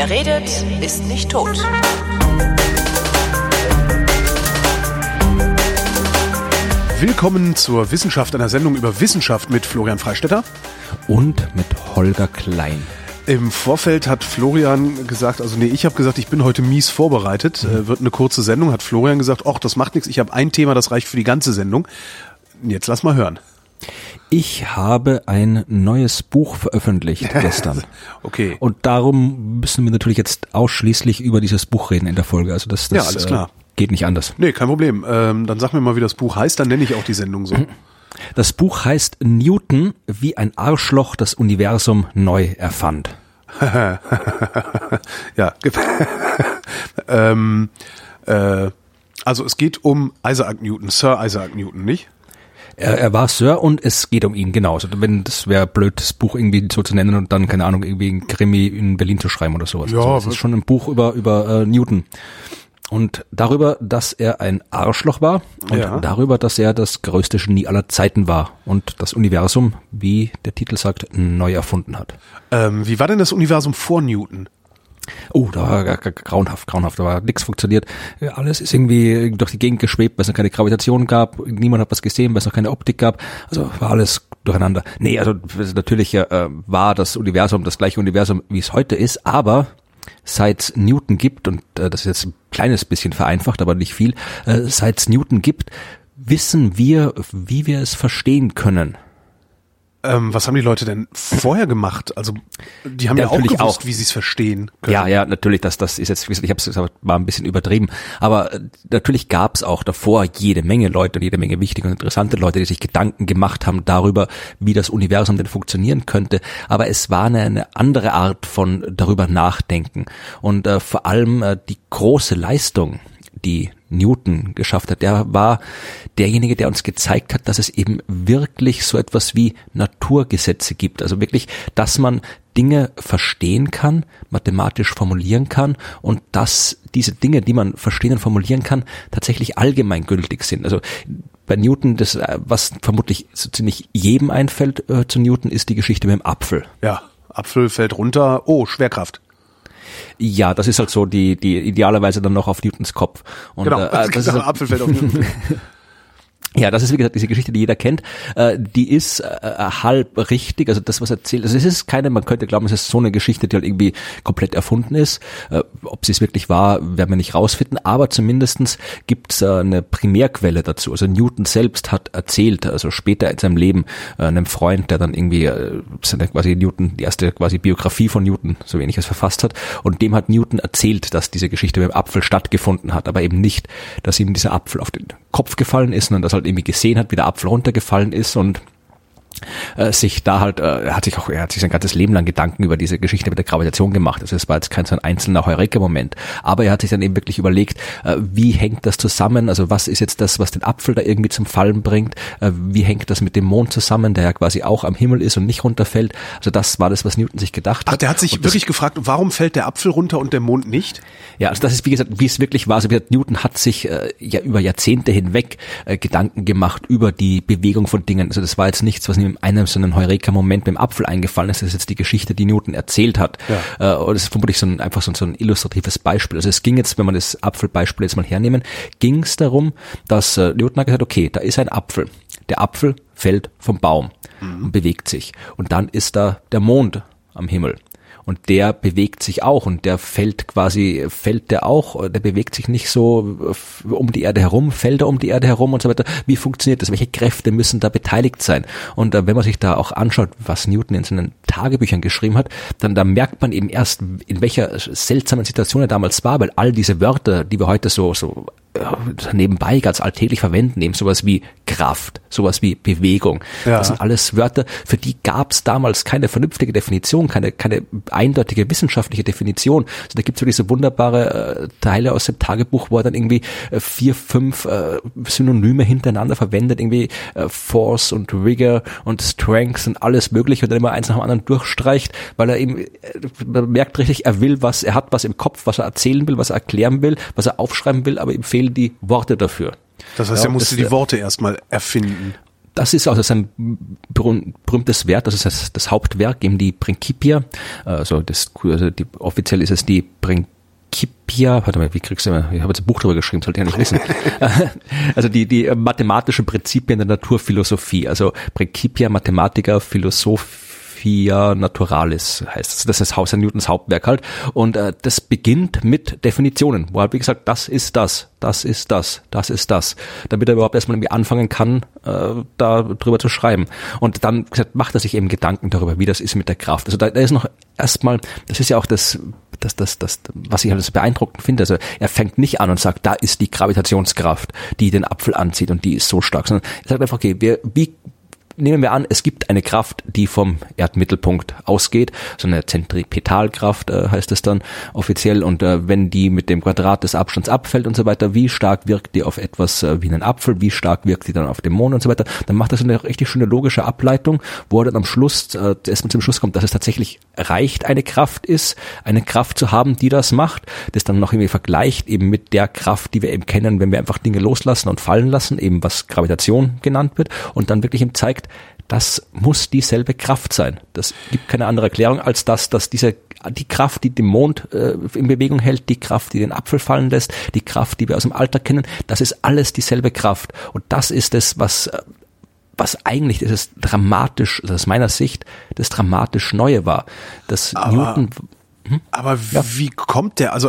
Wer redet, ist nicht tot. Willkommen zur Wissenschaft, einer Sendung über Wissenschaft mit Florian Freistetter und mit Holger Klein. Im Vorfeld hat Florian gesagt, ich habe gesagt, ich bin heute mies vorbereitet, wird eine kurze Sendung, hat Florian gesagt, das macht nichts, ich habe ein Thema, das reicht für die ganze Sendung. Jetzt lass mal hören. Ich habe ein neues Buch veröffentlicht gestern. Okay. Und darum müssen wir natürlich jetzt ausschließlich über dieses Buch reden in der Folge. Also das ja, alles klar. Geht nicht anders. Nee, kein Problem. Dann sag mir mal, wie das Buch heißt, dann nenne ich auch die Sendung so. Das Buch heißt Newton, wie ein Arschloch das Universum neu erfand. Ja. Also es geht um Isaac Newton, Sir Isaac Newton, nicht? Er war Sir und es geht um ihn, genau. Also wenn das wäre blöd, das Buch irgendwie so zu nennen und dann, keine Ahnung, irgendwie ein Krimi in Berlin zu schreiben oder sowas. Ja, also das ist schon ein Buch über Newton. Und darüber, dass er ein Arschloch war und darüber, dass er das größte Genie aller Zeiten war und das Universum, wie der Titel sagt, neu erfunden hat. Wie war denn das Universum vor Newton? Da war grauenhaft, da war nichts funktioniert. Alles ist irgendwie durch die Gegend geschwebt, weil es noch keine Gravitation gab, niemand hat was gesehen, weil es noch keine Optik gab. Also war alles durcheinander. Nee, also natürlich war das Universum das gleiche Universum, wie es heute ist, aber seit es Newton gibt, und das ist jetzt ein kleines bisschen vereinfacht, aber nicht viel, seit es Newton gibt, wissen wir, wie wir es verstehen können. Was haben die Leute denn vorher gemacht? Also die haben ja auch gewusst, wie sie es verstehen können. Ja, natürlich, das ist jetzt, ich habe es mal ein bisschen übertrieben, aber natürlich gab es auch davor jede Menge Leute und jede Menge wichtige und interessante Leute, die sich Gedanken gemacht haben darüber, wie das Universum denn funktionieren könnte, aber es war eine andere Art von darüber nachdenken und vor allem die große Leistung, die Newton geschafft hat, der war derjenige, der uns gezeigt hat, dass es eben wirklich so etwas wie Naturgesetze gibt. Also wirklich, dass man Dinge verstehen kann, mathematisch formulieren kann und dass diese Dinge, die man verstehen und formulieren kann, tatsächlich allgemeingültig sind. Also bei Newton, das, was vermutlich so ziemlich jedem einfällt zu Newton, ist die Geschichte mit dem Apfel. Ja, Apfel fällt runter, Schwerkraft. Ja, das ist halt so die idealerweise dann noch auf Newtons Kopf. Und, genau, das ist halt, Apfel fällt auf Newton. Ja, das ist wie gesagt diese Geschichte, die jeder kennt. Die ist halb richtig, also das, was erzählt. Also es ist keine, man könnte glauben, es ist so eine Geschichte, die halt irgendwie komplett erfunden ist. Ob sie es wirklich war, werden wir nicht rausfinden. Aber zumindestens gibt's eine Primärquelle dazu. Also Newton selbst hat erzählt, also später in seinem Leben einem Freund, der dann irgendwie quasi Newton, die erste quasi Biografie von Newton, so ähnliches verfasst hat. Und dem hat Newton erzählt, dass diese Geschichte mit dem Apfel stattgefunden hat, aber eben nicht, dass ihm dieser Apfel auf den Kopf gefallen ist, sondern dass halt irgendwie gesehen hat, wie der Apfel runtergefallen ist und sich da halt, er hat sich sein ganzes Leben lang Gedanken über diese Geschichte mit der Gravitation gemacht. Also es war jetzt kein so ein einzelner Heureka-Moment. Aber er hat sich dann eben wirklich überlegt, wie hängt das zusammen? Also was ist jetzt das, was den Apfel da irgendwie zum Fallen bringt? Wie hängt das mit dem Mond zusammen, der ja quasi auch am Himmel ist und nicht runterfällt? Also das war das, was Newton sich gedacht hat. Ach, der hat sich wirklich gefragt, warum fällt der Apfel runter und der Mond nicht? Ja, also das ist, wie gesagt, wie es wirklich war. Also wie gesagt, Newton hat sich ja über Jahrzehnte hinweg Gedanken gemacht über die Bewegung von Dingen. Also das war jetzt nichts, was in einem so einen Heureka-Moment mit dem Apfel eingefallen ist. Das ist jetzt die Geschichte, die Newton erzählt hat. Ja. Und das ist vermutlich einfach so ein illustratives Beispiel. Also es ging jetzt, wenn man das Apfelbeispiel jetzt mal hernehmen, ging es darum, dass Newton hat gesagt, okay, da ist ein Apfel. Der Apfel fällt vom Baum und bewegt sich. Und dann ist da der Mond am Himmel. Und der bewegt sich auch und der fällt der auch, der bewegt sich nicht so um die Erde herum, fällt er um die Erde herum und so weiter. Wie funktioniert das? Welche Kräfte müssen da beteiligt sein? Und wenn man sich da auch anschaut, was Newton in seinen Tagebüchern geschrieben hat, dann da merkt man eben erst, in welcher seltsamen Situation er damals war, weil all diese Wörter, die wir heute so nebenbei ganz alltäglich verwenden, eben sowas wie Kraft, sowas wie Bewegung. Ja. Das sind alles Wörter, für die gab es damals keine vernünftige Definition, keine eindeutige wissenschaftliche Definition. Also da gibt es wirklich so wunderbare Teile aus dem Tagebuch, wo er dann irgendwie 4, 5 Synonyme hintereinander verwendet, irgendwie Force und Rigor und Strength und alles mögliche und dann immer eins nach dem anderen durchstreicht, weil er eben, man merkt richtig, er hat was im Kopf, was er erzählen will, was er erklären will, was er aufschreiben will, aber ihm fehlen die Worte dafür. Das heißt, er musste die Worte erstmal erfinden. das ist also sein berühmtes Werk, das ist das Hauptwerk, eben die Principia, offiziell ist es die Principia, warte mal, wie kriegst du, ich habe jetzt ein Buch darüber geschrieben, sollte ich ja nicht wissen. Also die mathematischen Prinzipien der Naturphilosophie, also Principia Mathematica Philosophia Naturalis heißt es. Das ist Newtons Hauptwerk halt. Und das beginnt mit Definitionen, wo halt wie gesagt, das ist das, das ist das, das ist das, damit er überhaupt erstmal irgendwie anfangen kann, da drüber zu schreiben. Und dann gesagt, macht er sich eben Gedanken darüber, wie das ist mit der Kraft. Also da ist noch erstmal, das ist ja auch das, was ich halt so beeindruckend finde. Also er fängt nicht an und sagt, da ist die Gravitationskraft, die den Apfel anzieht und die ist so stark, sondern er sagt einfach, okay, nehmen wir an, es gibt eine Kraft, die vom Erdmittelpunkt ausgeht, so eine Zentripetalkraft heißt es dann offiziell, und wenn die mit dem Quadrat des Abstands abfällt und so weiter, wie stark wirkt die auf etwas wie einen Apfel, wie stark wirkt die dann auf den Mond und so weiter, dann macht das eine richtig schöne logische Ableitung, wo er dann am Schluss erstmal zum Schluss kommt, dass es tatsächlich reicht, eine Kraft zu haben, die das macht, das dann noch irgendwie vergleicht eben mit der Kraft, die wir eben kennen, wenn wir einfach Dinge loslassen und fallen lassen, eben was Gravitation genannt wird, und dann wirklich ihm zeigt, das muss dieselbe Kraft sein. Das gibt keine andere Erklärung als dass die Kraft, die den Mond in Bewegung hält, die Kraft, die den Apfel fallen lässt, die Kraft, die wir aus dem Alltag kennen, das ist alles dieselbe Kraft. Und das ist es, was eigentlich dieses dramatisch, also aus meiner Sicht, das dramatisch Neue war. Wie kommt der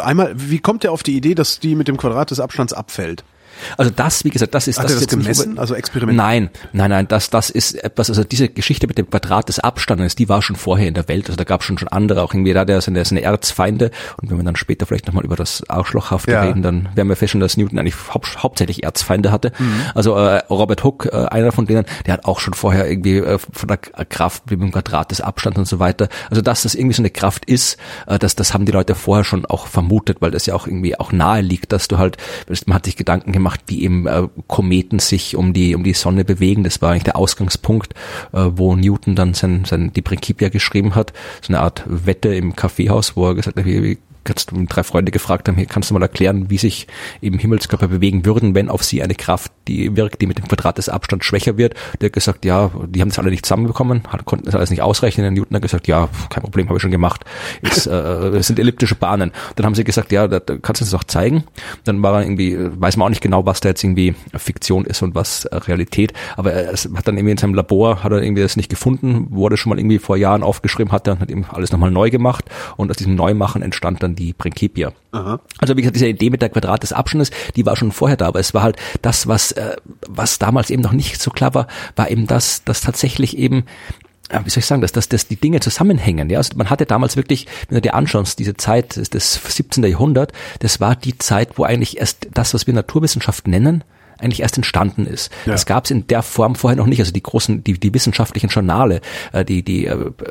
auf die Idee, dass die mit dem Quadrat des Abstands abfällt? Also das, wie gesagt, das ist... Hat er das gemessen, also Experiment? Nein, das ist etwas, also diese Geschichte mit dem Quadrat des Abstandes, die war schon vorher in der Welt, also da gab es schon andere, auch irgendwie da, der seine Erzfeinde, und wenn wir dann später vielleicht nochmal über das Arschlochhafte reden, dann werden wir feststellen, dass Newton eigentlich hauptsächlich Erzfeinde hatte. Also Robert Hooke, einer von denen, der hat auch schon vorher irgendwie von der Kraft mit dem Quadrat des Abstands und so weiter, also dass das irgendwie so eine Kraft ist, das haben die Leute vorher schon auch vermutet, weil das ja auch irgendwie auch nahe liegt, dass du halt, man hat sich Gedanken gemacht, wie eben Kometen sich um die Sonne bewegen. Das war eigentlich der Ausgangspunkt, wo Newton dann die Principia geschrieben hat. So eine Art Wette im Kaffeehaus, wo er gesagt hat, kannst du 3 Freunde gefragt haben, hier kannst du mal erklären, wie sich eben Himmelskörper bewegen würden, wenn auf sie eine Kraft, die wirkt, die mit dem Quadrat des Abstands schwächer wird. Der hat gesagt, ja, die haben das alle nicht zusammenbekommen, konnten das alles nicht ausrechnen. Der Newton hat gesagt, ja, kein Problem, habe ich schon gemacht. Das sind elliptische Bahnen. Dann haben sie gesagt, ja, da kannst du uns doch zeigen. Dann war er irgendwie, weiß man auch nicht genau, was da jetzt irgendwie Fiktion ist und was Realität, aber er hat dann irgendwie in seinem Labor, hat er irgendwie das nicht gefunden, wurde schon mal irgendwie vor Jahren aufgeschrieben, hat eben alles nochmal neu gemacht, und aus diesem Neumachen entstand dann die Principia. Aha. Also wie gesagt, diese Idee mit der Quadrat des Abstandes, die war schon vorher da, aber es war halt das, was damals eben noch nicht so klar war eben das tatsächlich eben, wie soll ich sagen, dass die Dinge zusammenhängen. Ja, also man hatte damals wirklich, wenn du dir anschaust, diese Zeit, das 17. Jahrhundert, das war die Zeit, wo eigentlich erst das, was wir Naturwissenschaft nennen, eigentlich erst entstanden ist. Ja. Das gab es in der Form vorher noch nicht. Also die großen, die wissenschaftlichen Journale, die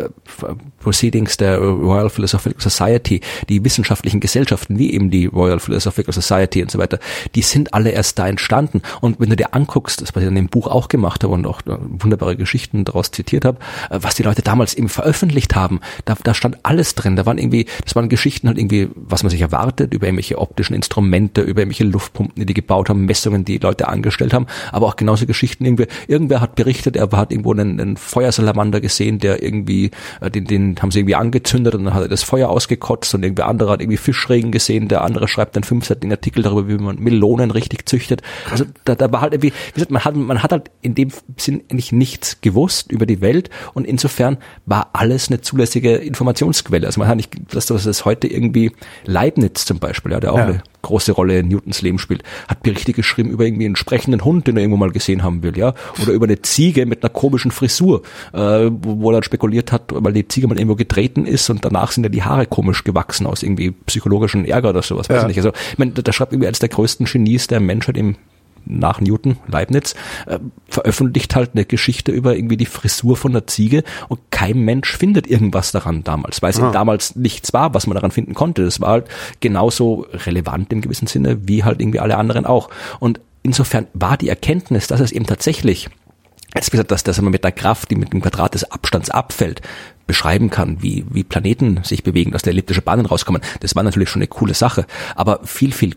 Proceedings der Royal Philosophical Society, die wissenschaftlichen Gesellschaften, wie eben die Royal Philosophical Society und so weiter, die sind alle erst da entstanden. Und wenn du dir anguckst, das was ich in dem Buch auch gemacht habe und auch wunderbare Geschichten daraus zitiert habe, was die Leute damals eben veröffentlicht haben, da stand alles drin. Das waren Geschichten halt irgendwie, was man sich erwartet, über irgendwelche optischen Instrumente, über irgendwelche Luftpumpen, die gebaut haben, Messungen, die Leute angestellt haben, aber auch genauso Geschichten irgendwer hat berichtet, er hat irgendwo einen Feuersalamander gesehen, der irgendwie, den haben sie irgendwie angezündet und dann hat er das Feuer ausgekotzt, und irgendwer andere hat irgendwie Fischregen gesehen, der andere schreibt einen 5-seitigen Artikel darüber, wie man Melonen richtig züchtet. Also da war halt irgendwie, wie gesagt, man hat halt in dem Sinn eigentlich nichts gewusst über die Welt, und insofern war alles eine zulässige Informationsquelle. Also man hat nicht, dass das heute irgendwie Leibniz zum Beispiel, der auch eine große Rolle in Newtons Leben spielt, hat Berichte geschrieben über irgendwie einen sprechenden Hund, den er irgendwo mal gesehen haben will, ja, oder über eine Ziege mit einer komischen Frisur, wo er dann spekuliert hat, weil die Ziege mal irgendwo getreten ist und danach sind ja die Haare komisch gewachsen aus irgendwie psychologischen Ärger oder sowas, weiß ich nicht. Also, ich meine, da schreibt irgendwie eines der größten Genies der Menschheit nach Newton, Leibniz, veröffentlicht halt eine Geschichte über irgendwie die Frisur von der Ziege, und kein Mensch findet irgendwas daran damals, weil es eben damals nichts war, was man daran finden konnte. Das war halt genauso relevant im gewissen Sinne wie halt irgendwie alle anderen auch. Und insofern war die Erkenntnis, dass es eben tatsächlich, als gesagt, dass man mit der Kraft, die mit dem Quadrat des Abstands abfällt, beschreiben kann, wie Planeten sich bewegen, dass da elliptische Bahnen rauskommen, das war natürlich schon eine coole Sache, aber viel, viel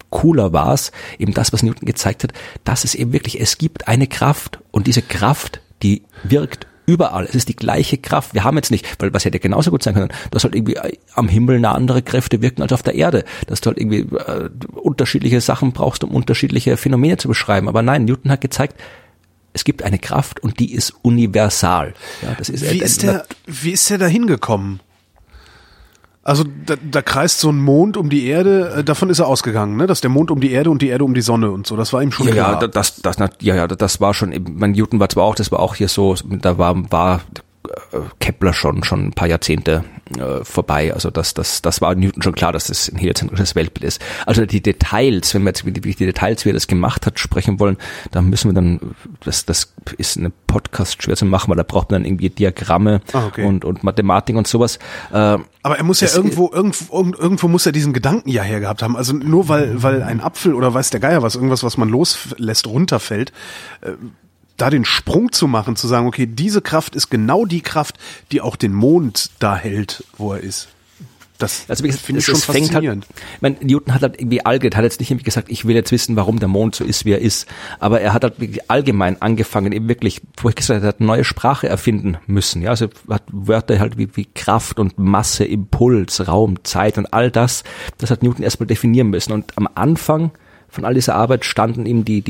cooler war es, eben das, was Newton gezeigt hat, dass es eben wirklich, es gibt eine Kraft und diese Kraft, die wirkt überall. Es ist die gleiche Kraft. Wir haben jetzt nicht, weil was hätte genauso gut sein können, dass halt irgendwie am Himmel eine andere Kräfte wirken als auf der Erde, dass du halt irgendwie unterschiedliche Sachen brauchst, um unterschiedliche Phänomene zu beschreiben. Aber nein, Newton hat gezeigt, es gibt eine Kraft und die ist universal. Ja, das ist wie ist der da hingekommen? Also da kreist so ein Mond um die Erde, davon ist er ausgegangen, ne? Dass der Mond um die Erde und die Erde um die Sonne und so, das war ihm schon klar. Das war schon, mein Newton war zwar auch, das war auch hier so, da war Kepler schon ein paar Jahrzehnte vorbei, also das war Newton schon klar, dass das ein heliozentrisches Weltbild ist. Also die Details, wenn wir jetzt die Details, wie er das gemacht hat, sprechen wollen, dann müssen wir dann, das ist eine Podcast schwer zu machen, weil da braucht man dann irgendwie Diagramme und Mathematik und sowas. Aber er muss ja irgendwo muss er diesen Gedanken ja hergehabt haben. Also nur weil ein Apfel oder weiß der Geier was, irgendwas, was man loslässt, runterfällt, da den Sprung zu machen, zu sagen, okay, diese Kraft ist genau die Kraft, die auch den Mond da hält, wo er ist. Das finde ich schon faszinierend. Newton hat halt irgendwie hat jetzt nicht irgendwie gesagt, ich will jetzt wissen, warum der Mond so ist, wie er ist. Aber er hat halt wirklich allgemein angefangen, eben wirklich, wo ich gesagt habe, er hat eine neue Sprache erfinden müssen. Ja, also hat Wörter halt wie Kraft und Masse, Impuls, Raum, Zeit und all das hat Newton erstmal definieren müssen. Und am Anfang von all dieser Arbeit standen ihm die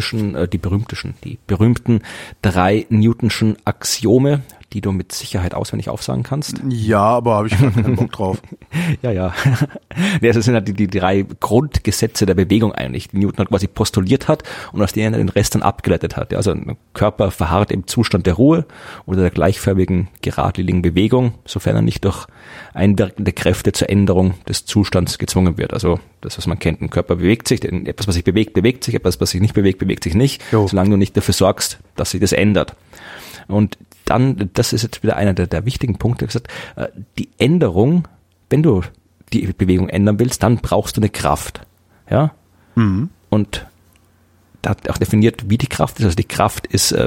berühmten 3 Newtonschen Axiome, die du mit Sicherheit auswendig aufsagen kannst. Ja, aber habe ich keinen Bock drauf. Ja. Das sind halt die 3 Grundgesetze der Bewegung eigentlich, die Newton halt quasi postuliert hat und aus denen er den Rest dann abgeleitet hat. Ja, also ein Körper verharrt im Zustand der Ruhe oder der gleichförmigen, geradlinigen Bewegung, sofern er nicht durch einwirkende Kräfte zur Änderung des Zustands gezwungen wird. Also das, was man kennt, ein Körper bewegt sich, etwas, was sich bewegt, bewegt sich, etwas, was sich nicht bewegt, bewegt sich nicht, solange du nicht dafür sorgst, dass sich das ändert. Und dann, das ist jetzt wieder einer der wichtigen Punkte, gesagt, die Änderung, wenn du die Bewegung ändern willst, dann brauchst du eine Kraft. Ja? Mhm. Und da hat auch definiert, wie die Kraft ist. Also die Kraft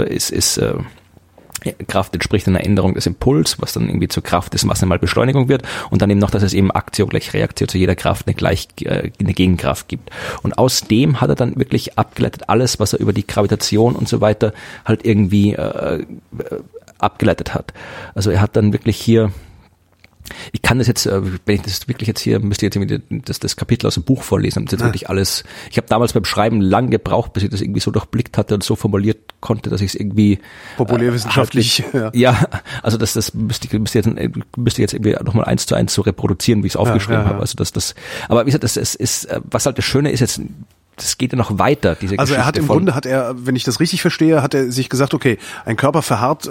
Kraft entspricht einer Änderung des Impuls, was dann irgendwie zur Kraft des Masse mal Beschleunigung wird und dann eben noch, dass es eben Aktio gleich Reaktio zu jeder Kraft eine Gegenkraft gibt. Und aus dem hat er dann wirklich abgeleitet alles, was er über die Gravitation und so weiter halt irgendwie abgeleitet hat. Also er hat dann wirklich hier, ich kann das jetzt, wenn ich das wirklich jetzt hier, müsste ich jetzt irgendwie das Kapitel aus dem Buch vorlesen, das jetzt wirklich alles, ich habe damals beim Schreiben lang gebraucht, bis ich das irgendwie so durchblickt hatte und so formuliert konnte, dass ich es irgendwie populärwissenschaftlich, also das müsste ich jetzt irgendwie nochmal 1:1 so reproduzieren, wie ich es aufgeschrieben habe. Also aber wie gesagt, das ist, was halt das Schöne ist jetzt, das geht ja noch weiter, diese also Geschichte. Hat er, wenn ich das richtig verstehe, hat er sich gesagt, okay, ein Körper verharrt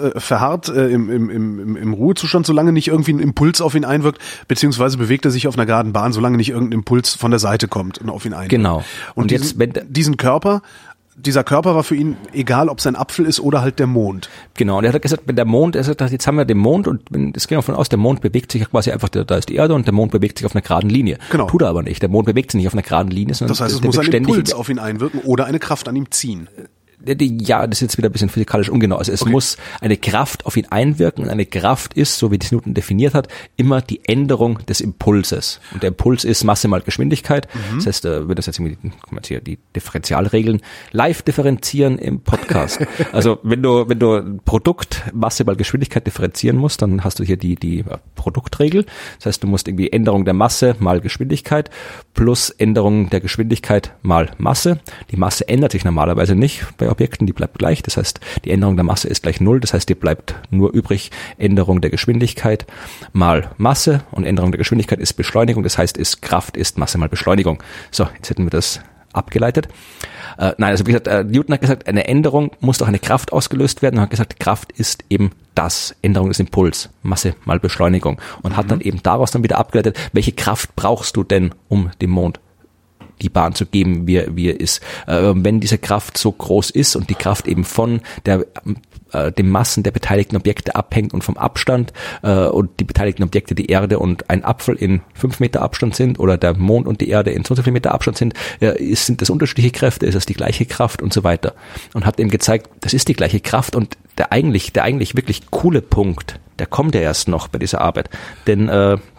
im Ruhezustand, solange nicht irgendwie ein Impuls auf ihn einwirkt, beziehungsweise bewegt er sich auf einer geraden Bahn, solange nicht irgendein Impuls von der Seite kommt und auf ihn einwirkt. Genau. Und dieser Körper war für ihn egal, ob es ein Apfel ist oder halt der Mond. Genau, und er hat gesagt, wenn der Mond, jetzt haben wir den Mond und es geht davon aus, der Mond bewegt sich quasi einfach, da ist die Erde und der Mond bewegt sich auf einer geraden Linie. Genau. Tut er aber nicht. Der Mond bewegt sich nicht auf einer geraden Linie, sondern das heißt, es muss ein Impuls auf ihn einwirken oder eine Kraft an ihm ziehen. Ja, das ist jetzt wieder ein bisschen physikalisch ungenau. Also es muss eine Kraft auf ihn einwirken und eine Kraft ist, so wie das Newton definiert hat, immer die Änderung des Impulses. Und der Impuls ist Masse mal Geschwindigkeit. Das heißt, wenn das jetzt irgendwie die Differentialregeln live differenzieren im Podcast. Also wenn du Produkt Masse mal Geschwindigkeit differenzieren musst, dann hast du hier die Produktregel. Das heißt, du musst irgendwie Änderung der Masse mal Geschwindigkeit plus Änderung der Geschwindigkeit mal Masse. Die Masse ändert sich normalerweise nicht bei Objekten, die bleibt gleich. Das heißt, die Änderung der Masse ist gleich 0. Das heißt, dir bleibt nur übrig Änderung der Geschwindigkeit mal Masse und Änderung der Geschwindigkeit ist Beschleunigung. Das heißt, Kraft ist Masse mal Beschleunigung. So, jetzt hätten wir das abgeleitet. Also wie gesagt, Newton hat gesagt, eine Änderung muss durch eine Kraft ausgelöst werden und hat gesagt, Kraft ist eben das, Änderung des Impuls, Masse mal Beschleunigung und hat dann eben daraus dann wieder abgeleitet, welche Kraft brauchst du denn, um dem Mond die Bahn zu geben, wie er ist. Wenn diese Kraft so groß ist und die Kraft eben von den Massen der beteiligten Objekte abhängt und vom Abstand und die beteiligten Objekte die Erde und ein Apfel in 5 Meter Abstand sind oder der Mond und die Erde in so viel Meter Abstand sind das unterschiedliche Kräfte, ist das die gleiche Kraft und so weiter. Und hat eben gezeigt, das ist die gleiche Kraft und der eigentlich wirklich coole Punkt, der kommt ja erst noch bei dieser Arbeit. Denn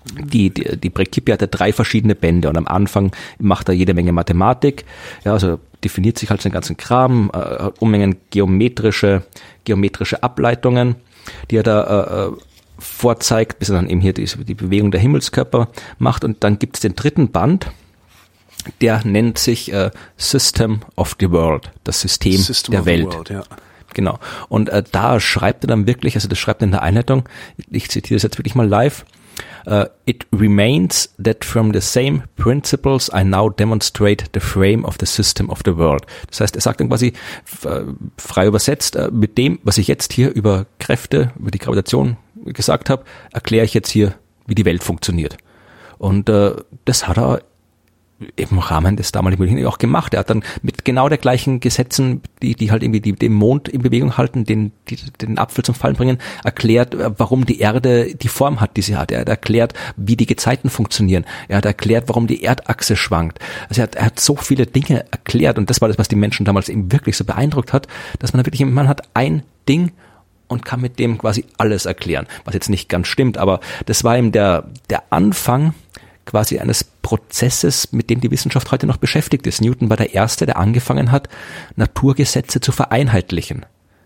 die Principia hat ja 3 verschiedene Bände und am Anfang macht er jede Menge Mathematik, ja, also definiert sich halt den ganzen Kram, Unmengen geometrische Ableitungen, die er da vorzeigt, bis er dann eben hier die Bewegung der Himmelskörper macht, und dann gibt es den 3. Band, der nennt sich System of the World, das System der Welt. World, ja. Genau. Und da schreibt er dann wirklich, also das schreibt er in der Einleitung, ich zitiere das jetzt wirklich mal live, it remains that from the same principles I now demonstrate the frame of the system of the world. Das heißt, er sagt dann quasi frei übersetzt, mit dem, was ich jetzt hier über Kräfte, über die Gravitation gesagt habe, erkläre ich jetzt hier, wie die Welt funktioniert. Und das hat er im Rahmen des damaligen Politiken auch gemacht. Er hat dann mit genau der gleichen Gesetzen, die halt irgendwie den Mond in Bewegung halten, den Apfel zum Fallen bringen, erklärt, warum die Erde die Form hat, die sie hat. Er hat erklärt, wie die Gezeiten funktionieren. Er hat erklärt, warum die Erdachse schwankt. Also er hat so viele Dinge erklärt, und das war das, was die Menschen damals eben wirklich so beeindruckt hat, dass man hat ein Ding und kann mit dem quasi alles erklären, was jetzt nicht ganz stimmt, aber das war eben der Anfang quasi eines Prozesses, mit dem die Wissenschaft heute noch beschäftigt ist. Newton war der Erste, der angefangen hat, Naturgesetze zu vereinheitlichen.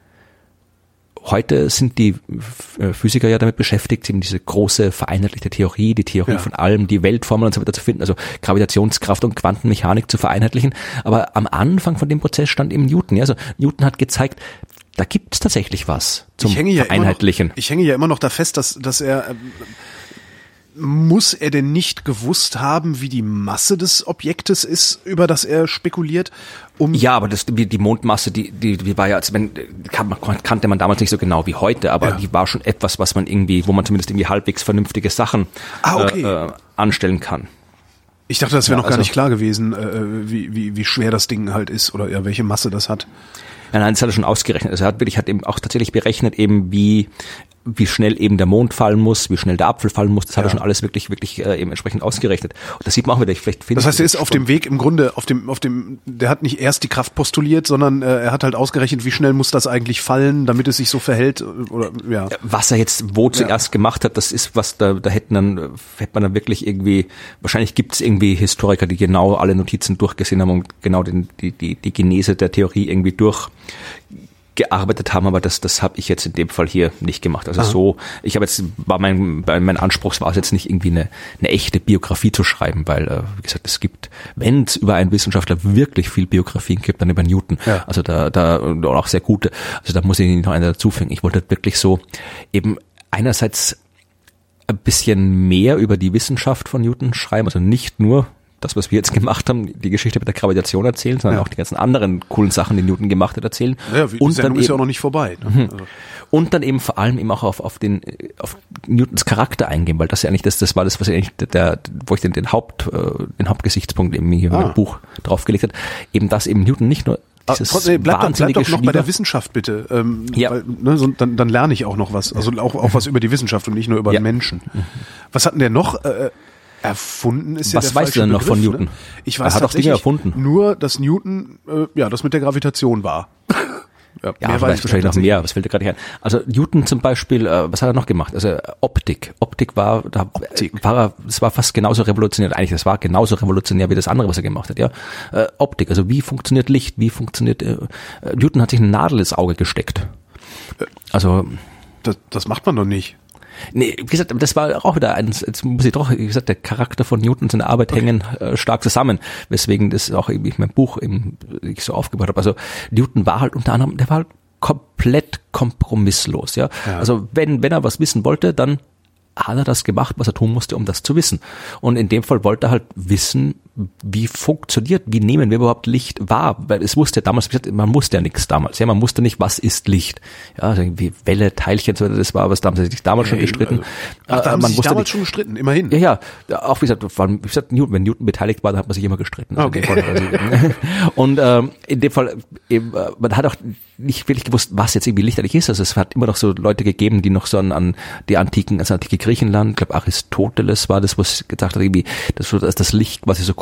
Heute sind die Physiker ja damit beschäftigt, eben diese große vereinheitlichte Theorie, die Theorie von allem, die Weltformel und so weiter zu finden, also Gravitationskraft und Quantenmechanik zu vereinheitlichen. Aber am Anfang von dem Prozess stand eben Newton. Also Newton hat gezeigt, da gibt es tatsächlich was zum Vereinheitlichen. Ich hänge ja immer noch da fest, dass er... Muss er denn nicht gewusst haben, wie die Masse des Objektes ist, über das er spekuliert? Ja, aber die Mondmasse, die war ja, als wenn kannte man damals nicht so genau wie heute, aber die war schon etwas, was man irgendwie, wo man zumindest irgendwie halbwegs vernünftige Sachen anstellen kann. Ich dachte, das wäre noch gar nicht klar gewesen, wie schwer das Ding halt ist oder welche Masse das hat. Nein, das hat er schon ausgerechnet. Also er hat eben auch tatsächlich berechnet, eben wie schnell eben der Mond fallen muss, wie schnell der Apfel fallen muss. Das hat er schon alles wirklich eben entsprechend ausgerechnet. Und das sieht man auch wieder. Das heißt, er ist auf dem Weg im Grunde, der hat nicht erst die Kraft postuliert, sondern er hat halt ausgerechnet, wie schnell muss das eigentlich fallen, damit es sich so verhält. Oder ja. Was er jetzt zuerst gemacht hat, das ist was da hätte man dann wirklich irgendwie, wahrscheinlich gibt es irgendwie Historiker, die genau alle Notizen durchgesehen haben und genau die Genese der Theorie irgendwie durchgearbeitet haben, aber das habe ich jetzt in dem Fall hier nicht gemacht. Also mein Anspruch war es jetzt nicht irgendwie eine echte Biografie zu schreiben, weil, wie gesagt, es gibt, wenn es über einen Wissenschaftler wirklich viel Biografien gibt, dann über Newton. Ja. Also da und auch sehr gute. Also da muss ich nicht noch eine dazufügen. Ich wollte wirklich so eben einerseits ein bisschen mehr über die Wissenschaft von Newton schreiben, also nicht nur das, was wir jetzt gemacht haben, die Geschichte mit der Gravitation erzählen, sondern auch die ganzen anderen coolen Sachen, die Newton gemacht hat, erzählen. Ja, die Sendung ist ja auch noch nicht vorbei. Ne? Also. Und dann eben vor allem eben auch auf Newtons Charakter eingehen, weil das ja eigentlich das war das, was eigentlich wo ich den Hauptgesichtspunkt eben hier in meinem Buch draufgelegt hat, eben dass eben Newton nicht nur bleib doch noch bei der Wissenschaft bitte. Weil, dann lerne ich auch noch was. Also auch was über die Wissenschaft und nicht nur über den Menschen. Was hat denn der noch erfunden? Ist was ja der weißt du denn noch Begriff, von Newton? Ne? Ich weiß er hat auch Dinge erfunden. Nur, dass Newton das mit der Gravitation war. Ja, vielleicht wahrscheinlich noch mehr, was fällt dir gerade ein? Also Newton zum Beispiel, was hat er noch gemacht? Also Optik. Das war fast genauso revolutionär, eigentlich das war genauso revolutionär wie das andere, was er gemacht hat, ja. Optik, also wie funktioniert Licht, Newton hat sich eine Nadel ins Auge gesteckt. Also das macht man doch nicht. Nee, wie gesagt, das war auch wieder jetzt muss ich doch, wie gesagt, der Charakter von Newton und seine Arbeit hängen stark zusammen, weswegen das auch irgendwie mein Buch eben ich so aufgebaut habe. Also Newton war halt unter anderem, der war halt komplett kompromisslos, ja. Also wenn er was wissen wollte, dann hat er das gemacht, was er tun musste, um das zu wissen. Und in dem Fall wollte er halt wissen, wie nehmen wir überhaupt Licht wahr? Weil es wusste ja damals, man wusste ja nichts damals. Ja, man wusste nicht, was ist Licht. Ja, also irgendwie Welle, Teilchen, so, das war was damals schon gestritten. Da haben sie sich damals schon gestritten, immerhin. Ja, auch wie gesagt, wenn Newton beteiligt war, dann hat man sich immer gestritten. Also okay. Und in dem Fall, eben, man hat auch nicht wirklich gewusst, was jetzt irgendwie Licht eigentlich ist. Also es hat immer noch so Leute gegeben, die noch so an die antike Griechenland, ich glaube Aristoteles war das, was gesagt hat, irgendwie, dass das Licht quasi so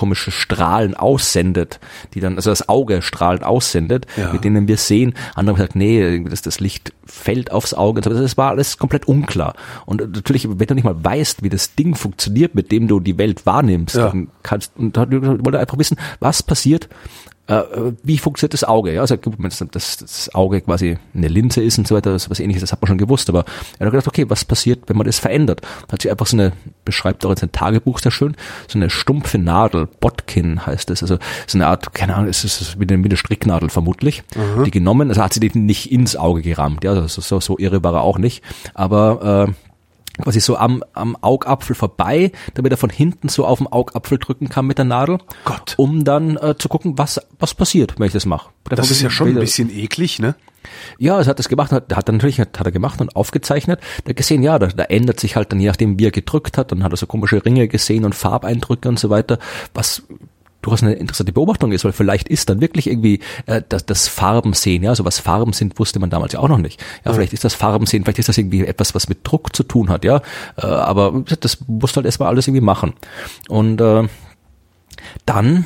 komische Strahlen aussendet, die dann, also das Auge Strahlen aussendet, mit denen wir sehen. Andere haben gesagt, nee, das Licht fällt aufs Auge. Das war alles komplett unklar. Und natürlich, wenn du nicht mal weißt, wie das Ding funktioniert, mit dem du die Welt wahrnimmst, dann wollte einfach wissen, was passiert, wie funktioniert das Auge? Ja, also wenn das Auge quasi eine Linse ist und so weiter, was Ähnliches, das hat man schon gewusst, aber er hat gedacht, okay, was passiert, wenn man das verändert? Hat sich einfach so eine, beschreibt auch jetzt ein Tagebuch sehr schön, so eine stumpfe Nadel, Botkin heißt es, also so eine Art, keine Ahnung, es ist wie eine Stricknadel vermutlich, die genommen, also hat sie die nicht ins Auge gerammt, ja, also so irre war er auch nicht, aber quasi so am Augapfel vorbei, damit er von hinten so auf den Augapfel drücken kann mit der Nadel, um dann zu gucken, was passiert, wenn ich das mache. Das ist ja schon ein bisschen eklig, ne? Ja, er hat das gemacht, hat er gemacht und aufgezeichnet. Der hat gesehen, ja, da ändert sich halt dann, je nachdem, wie er gedrückt hat, dann hat er so komische Ringe gesehen und Farbeindrücke und so weiter, was durchaus eine interessante Beobachtung ist, weil vielleicht ist dann wirklich irgendwie das Farbensehen, ja, also was Farben sind, wusste man damals ja auch noch nicht. Ja, vielleicht ist das Farbensehen, vielleicht ist das irgendwie etwas, was mit Druck zu tun hat, ja, aber das musst du halt erstmal alles irgendwie machen. Und dann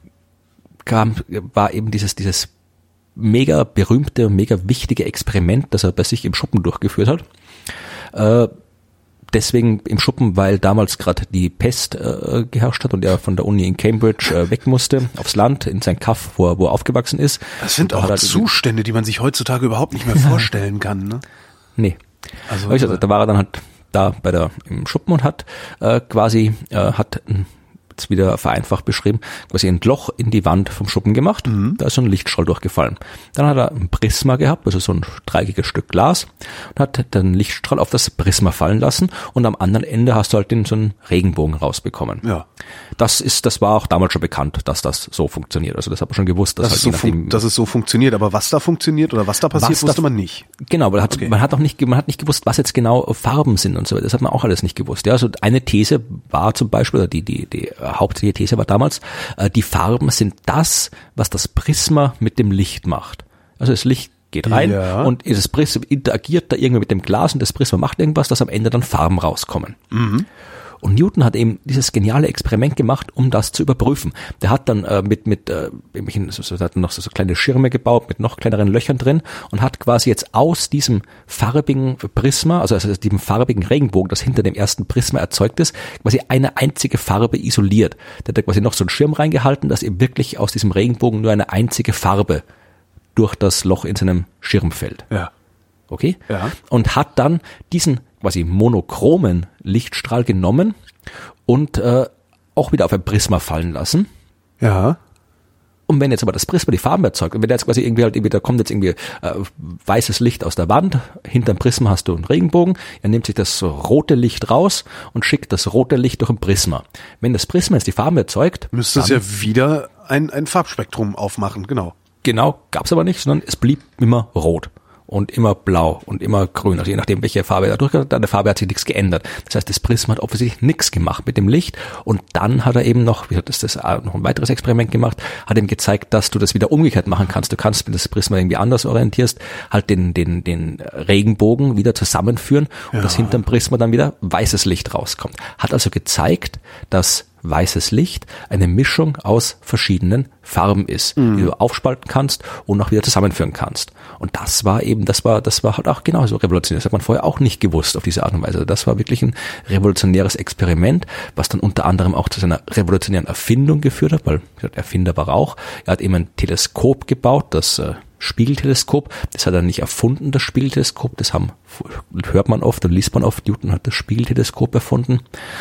war eben dieses mega berühmte, mega wichtige Experiment, das er bei sich im Schuppen durchgeführt hat. Deswegen im Schuppen, weil damals gerade die Pest geherrscht hat und er von der Uni in Cambridge weg musste, aufs Land, in sein Kaff, wo er aufgewachsen ist. Das sind auch Zustände, die man sich heutzutage überhaupt nicht mehr vorstellen kann, ne? Nee. Also da war er dann halt da im Schuppen und hat jetzt wieder vereinfacht beschrieben, quasi ein Loch in die Wand vom Schuppen gemacht, da ist so ein Lichtstrahl durchgefallen. Dann hat er ein Prisma gehabt, also so ein dreieckiges Stück Glas, und hat den Lichtstrahl auf das Prisma fallen lassen und am anderen Ende hast du halt so einen Regenbogen rausbekommen. Ja. Das war auch damals schon bekannt, dass das so funktioniert. Also das hat man schon gewusst, dass es so funktioniert, aber was da funktioniert oder was da passiert, wusste man nicht. Genau, weil man hat nicht gewusst, was jetzt genau Farben sind und so weiter. Das hat man auch alles nicht gewusst. Ja, also eine These war zum Beispiel, oder die hauptsächliche These war damals, die Farben sind das, was das Prisma mit dem Licht macht. Also das Licht geht rein und das Prisma interagiert da irgendwie mit dem Glas und das Prisma macht irgendwas, dass am Ende dann Farben rauskommen. Und Newton hat eben dieses geniale Experiment gemacht, um das zu überprüfen. Der hat dann hat noch so kleine Schirme gebaut mit noch kleineren Löchern drin und hat quasi jetzt aus diesem farbigen Prisma, also diesem farbigen Regenbogen, das hinter dem ersten Prisma erzeugt ist, quasi eine einzige Farbe isoliert. Der hat da quasi noch so einen Schirm reingehalten, dass eben wirklich aus diesem Regenbogen nur eine einzige Farbe durch das Loch in seinem Schirm fällt. Ja. Okay? Ja. Und hat dann diesen quasi monochromen Lichtstrahl genommen und auch wieder auf ein Prisma fallen lassen. Ja. Und wenn jetzt aber das Prisma die Farben erzeugt, und wenn jetzt quasi da kommt jetzt irgendwie weißes Licht aus der Wand, hinterm Prisma hast du einen Regenbogen, er nimmt sich das rote Licht raus und schickt das rote Licht durch ein Prisma. Wenn das Prisma jetzt die Farben erzeugt, müsste es ja wieder ein Farbspektrum aufmachen, genau. Genau, gab's aber nicht, sondern es blieb immer rot. Und immer blau und immer grün. Also je nachdem, welche Farbe da durchgeht, an der Farbe hat sich nichts geändert. Das heißt, das Prisma hat offensichtlich nichts gemacht mit dem Licht. Und dann hat er eben noch ein weiteres Experiment gemacht, hat ihm gezeigt, dass du das wieder umgekehrt machen kannst. Du kannst, wenn das Prisma irgendwie anders orientierst, halt den Regenbogen wieder zusammenführen und dass hinterm Prisma dann wieder weißes Licht rauskommt. Hat also gezeigt, dass weißes Licht eine Mischung aus verschiedenen Farben ist, die du aufspalten kannst und auch wieder zusammenführen kannst. Und das war halt auch genauso revolutionär. Das hat man vorher auch nicht gewusst auf diese Art und Weise. Das war wirklich ein revolutionäres Experiment, was dann unter anderem auch zu seiner revolutionären Erfindung geführt hat, weil Erfinder war er auch. Er hat eben ein Teleskop gebaut, das Spiegelteleskop. Das hat er nicht erfunden, das Spiegelteleskop. Das hört man oft und liest man oft. Newton hat das Spiegelteleskop erfunden,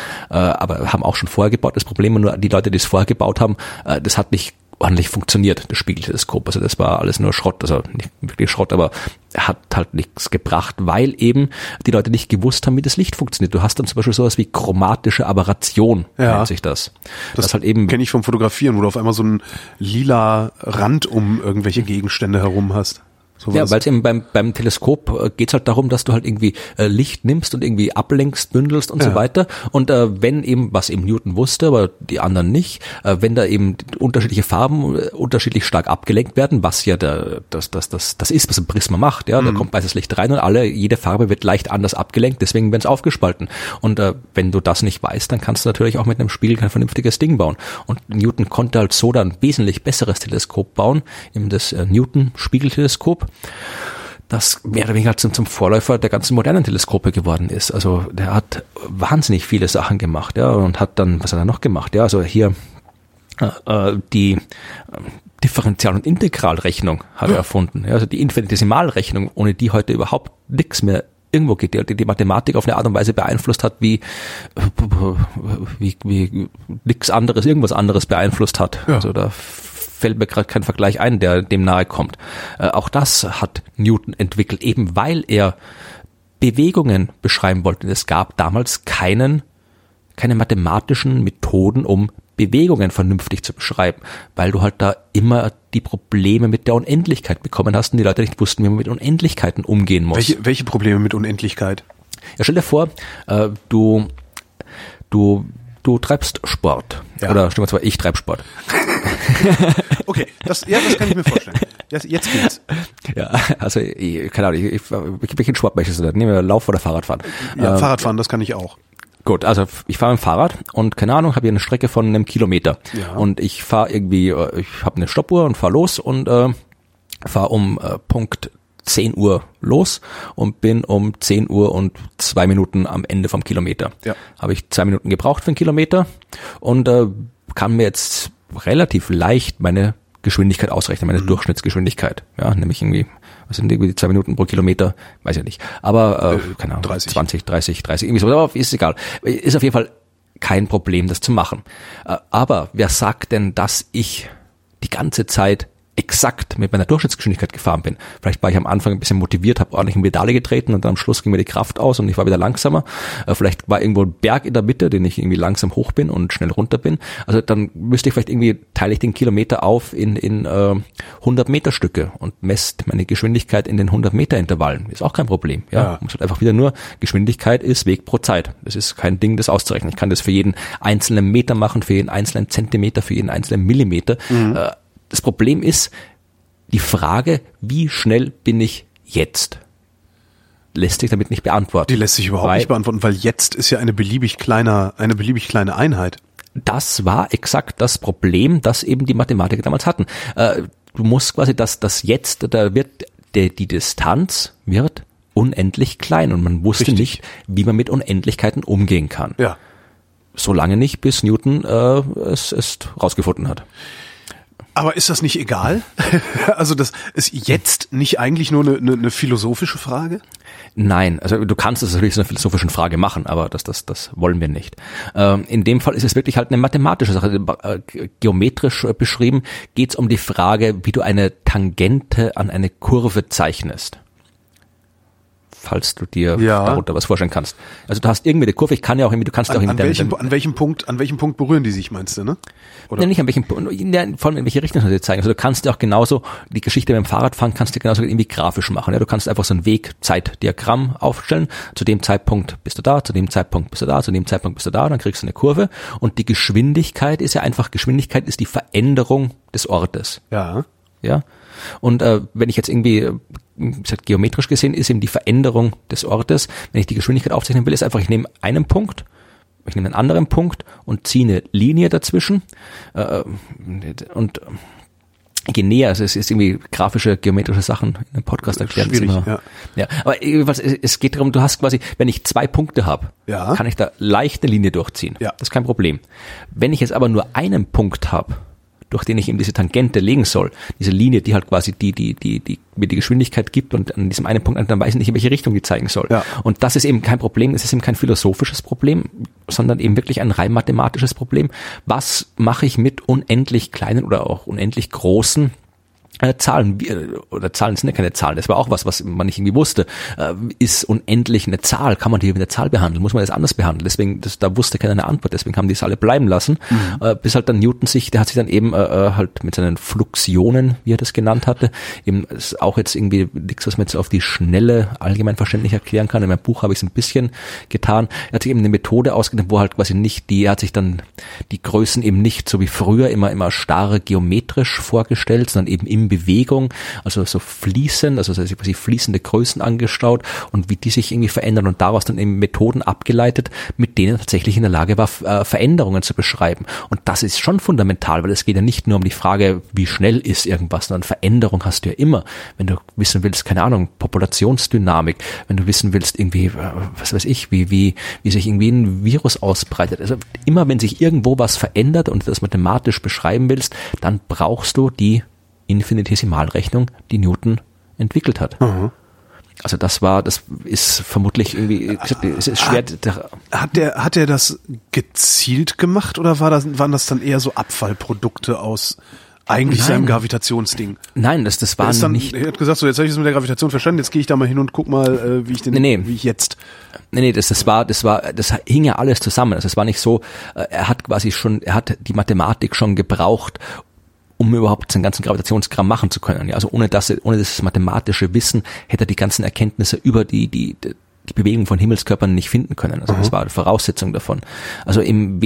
aber haben auch schon vorher gebaut. Das Problem war nur, die Leute, die es vorher gebaut haben, das hat nicht ordentlich funktioniert, das Spiegelteleskop. Also das war alles nur Schrott, also nicht wirklich Schrott, aber er hat halt nichts gebracht, weil eben die Leute nicht gewusst haben, wie das Licht funktioniert. Du hast dann zum Beispiel sowas wie chromatische Aberration, nennt sich das. Das halt eben kenne ich vom Fotografieren, wo du auf einmal so einen lila Rand um irgendwelche Gegenstände herum hast. Ja, weil es eben beim Teleskop geht's halt darum, dass du halt irgendwie Licht nimmst und irgendwie ablenkst, bündelst und so weiter. Und wenn eben, was eben Newton wusste, aber die anderen nicht, wenn da eben unterschiedliche Farben unterschiedlich stark abgelenkt werden, was ja das ist, was ein Prisma macht, ja, da kommt weißes Licht rein und jede Farbe wird leicht anders abgelenkt, deswegen werden es aufgespalten. Und wenn du das nicht weißt, dann kannst du natürlich auch mit einem Spiegel kein vernünftiges Ding bauen. Und Newton konnte halt so dann ein wesentlich besseres Teleskop bauen, eben das Newton-Spiegelteleskop, das mehr oder weniger zum Vorläufer der ganzen modernen Teleskope geworden ist. Also der hat wahnsinnig viele Sachen gemacht, ja, und hat dann, was hat er noch gemacht? Ja, also hier die Differential- und Integralrechnung hat er erfunden. Ja, also die Infinitesimalrechnung, ohne die heute überhaupt nichts mehr irgendwo geht, die Mathematik auf eine Art und Weise beeinflusst hat, wie nichts anderes, irgendwas anderes beeinflusst hat. Ja. Also da fällt mir gerade kein Vergleich ein, der dem nahe kommt. Auch das hat Newton entwickelt, eben weil er Bewegungen beschreiben wollte. Es gab damals keine mathematischen Methoden, um Bewegungen vernünftig zu beschreiben, weil du halt da immer die Probleme mit der Unendlichkeit bekommen hast und die Leute nicht wussten, wie man mit Unendlichkeiten umgehen muss. Welche Probleme mit Unendlichkeit? Ja, stell dir vor, du treibst Sport. Ja. Oder stimmt zwar, ich treibe Sport. Okay, das kann ich mir vorstellen. Jetzt geht's. Ja, also keine Ahnung, welchen Sport möchtest du da? Nehmen wir Lauf- oder Fahrradfahren? Ja, Fahrradfahren, das kann ich auch. Gut, also ich fahre mit dem Fahrrad und keine Ahnung, habe hier eine Strecke von einem Kilometer. Ja. Und ich fahre irgendwie, ich habe eine Stoppuhr und fahre los und fahre um Punkt 10 Uhr los und bin um 10 Uhr und 2 Minuten am Ende vom Kilometer. Ja. Habe ich 2 Minuten gebraucht für einen Kilometer und kann mir jetzt relativ leicht meine Geschwindigkeit ausrechnen, meine Durchschnittsgeschwindigkeit. Ja, nämlich irgendwie, was sind irgendwie 2 Minuten pro Kilometer? Weiß ich nicht. Aber, keine Ahnung, 20, 30, irgendwie so. Aber ist egal. Ist auf jeden Fall kein Problem, das zu machen. Aber wer sagt denn, dass ich die ganze Zeit exakt mit meiner Durchschnittsgeschwindigkeit gefahren bin? Vielleicht war ich am Anfang ein bisschen motiviert, habe ordentlich in Pedale getreten und dann am Schluss ging mir die Kraft aus und ich war wieder langsamer. Vielleicht war irgendwo ein Berg in der Mitte, den ich irgendwie langsam hoch bin und schnell runter bin. Also dann müsste ich vielleicht irgendwie, teile ich den Kilometer auf in 100 Meter Stücke und messe meine Geschwindigkeit in den 100 Meter Intervallen. Ist auch kein Problem. Ja, muss halt einfach wieder nur, Geschwindigkeit ist Weg pro Zeit. Das ist kein Ding, das auszurechnen. Ich kann das für jeden einzelnen Meter machen, für jeden einzelnen Zentimeter, für jeden einzelnen Millimeter. Das Problem ist die Frage, wie schnell bin ich jetzt? Lässt sich damit nicht beantworten. Die lässt sich überhaupt nicht beantworten, weil jetzt ist ja eine beliebig kleine Einheit. Das war exakt das Problem, das eben die Mathematiker damals hatten. Du musst quasi das Jetzt, da wird die Distanz wird unendlich klein und man wusste nicht, wie man mit Unendlichkeiten umgehen kann. Ja. Solange nicht, bis Newton es rausgefunden hat. Aber ist das nicht egal? Also das ist jetzt nicht eigentlich nur eine philosophische Frage? Nein, also du kannst es natürlich so eine philosophische Frage machen, aber das wollen wir nicht. In dem Fall ist es wirklich halt eine mathematische Sache. Geometrisch beschrieben geht es um die Frage, wie du eine Tangente an eine Kurve zeichnest. Falls du dir darunter was vorstellen kannst. Also du hast irgendwie eine Kurve, ich kann ja auch irgendwie, du kannst ja auch irgendwie... An welchem Punkt berühren die sich, meinst du, ne? Oder? Ja, nicht an welchem Punkt, vor allem in welche Richtung soll ich dir zeigen. Also du kannst ja auch genauso, die Geschichte beim Fahrradfahren kannst du genauso irgendwie grafisch machen. Ja, du kannst einfach so ein Weg-Zeit-Diagramm aufstellen. Zu dem Zeitpunkt bist du da, zu dem Zeitpunkt bist du da, zu dem Zeitpunkt bist du da, dann kriegst du eine Kurve. Und die Geschwindigkeit ist ja einfach, Geschwindigkeit ist die Veränderung des Ortes. Ja. Ja. Und wenn ich jetzt irgendwie, wie gesagt, geometrisch gesehen, ist eben die Veränderung des Ortes. Wenn ich die Geschwindigkeit aufzeichnen will, ist einfach, ich nehme einen Punkt, ich nehme einen anderen Punkt und ziehe eine Linie dazwischen und gehe näher. Also es ist irgendwie grafische, geometrische Sachen in einem Podcast erklärt. Schwierig, ja. Aber es geht darum, du hast quasi, wenn ich 2 Punkte habe, kann ich da leicht eine Linie durchziehen. Ja. Das ist kein Problem. Wenn ich jetzt aber nur einen Punkt habe, durch den ich eben diese Tangente legen soll, diese Linie, die halt quasi die mir die Geschwindigkeit gibt und an diesem einen Punkt, dann weiß ich nicht, in welche Richtung die zeigen soll. Ja. Und das ist eben kein Problem, es ist eben kein philosophisches Problem, sondern eben wirklich ein rein mathematisches Problem. Was mache ich mit unendlich kleinen oder auch unendlich großen Zahlen sind ja keine Zahlen, das war auch was man nicht irgendwie wusste. Ist unendlich eine Zahl, kann man die wie eine Zahl behandeln, muss man das anders behandeln? Deswegen, da wusste keiner eine Antwort, deswegen haben die es alle bleiben lassen, bis halt dann Newton der hat sich dann eben halt mit seinen Fluxionen, wie er das genannt hatte, eben ist auch jetzt irgendwie nichts, was man jetzt auf die Schnelle allgemein verständlich erklären kann. In meinem Buch habe ich es ein bisschen getan. Er hat sich eben eine Methode ausgedacht, wo halt quasi er hat sich dann die Größen eben nicht so wie früher immer starr geometrisch vorgestellt, sondern eben im Bewegung, also so fließend, also sich quasi fließende Größen angeschaut und wie die sich irgendwie verändern und daraus dann eben Methoden abgeleitet, mit denen er tatsächlich in der Lage war, Veränderungen zu beschreiben. Und das ist schon fundamental, weil es geht ja nicht nur um die Frage, wie schnell ist irgendwas, sondern Veränderung hast du ja immer. Wenn du wissen willst, keine Ahnung, Populationsdynamik, wenn du wissen willst, irgendwie, was weiß ich, wie sich irgendwie ein Virus ausbreitet. Also immer wenn sich irgendwo was verändert und du das mathematisch beschreiben willst, dann brauchst du die Infinitesimalrechnung, die Newton entwickelt hat. Mhm. Also das ist vermutlich irgendwie, es ist schwer. Hat er das gezielt gemacht oder waren das dann eher so Abfallprodukte aus eigentlich seinem Gravitationsding? Nein, das war nicht. Er hat gesagt, so jetzt habe ich es mit der Gravitation verstanden, jetzt gehe ich da mal hin und guck mal, wie ich jetzt. Nee, das hing ja alles zusammen. Also es war nicht so, er hat die Mathematik schon gebraucht, um überhaupt seinen ganzen Gravitationskram machen zu können. Ja, also ohne das mathematische Wissen hätte er die ganzen Erkenntnisse über die Bewegung von Himmelskörpern nicht finden können. Also das war eine Voraussetzung davon. Also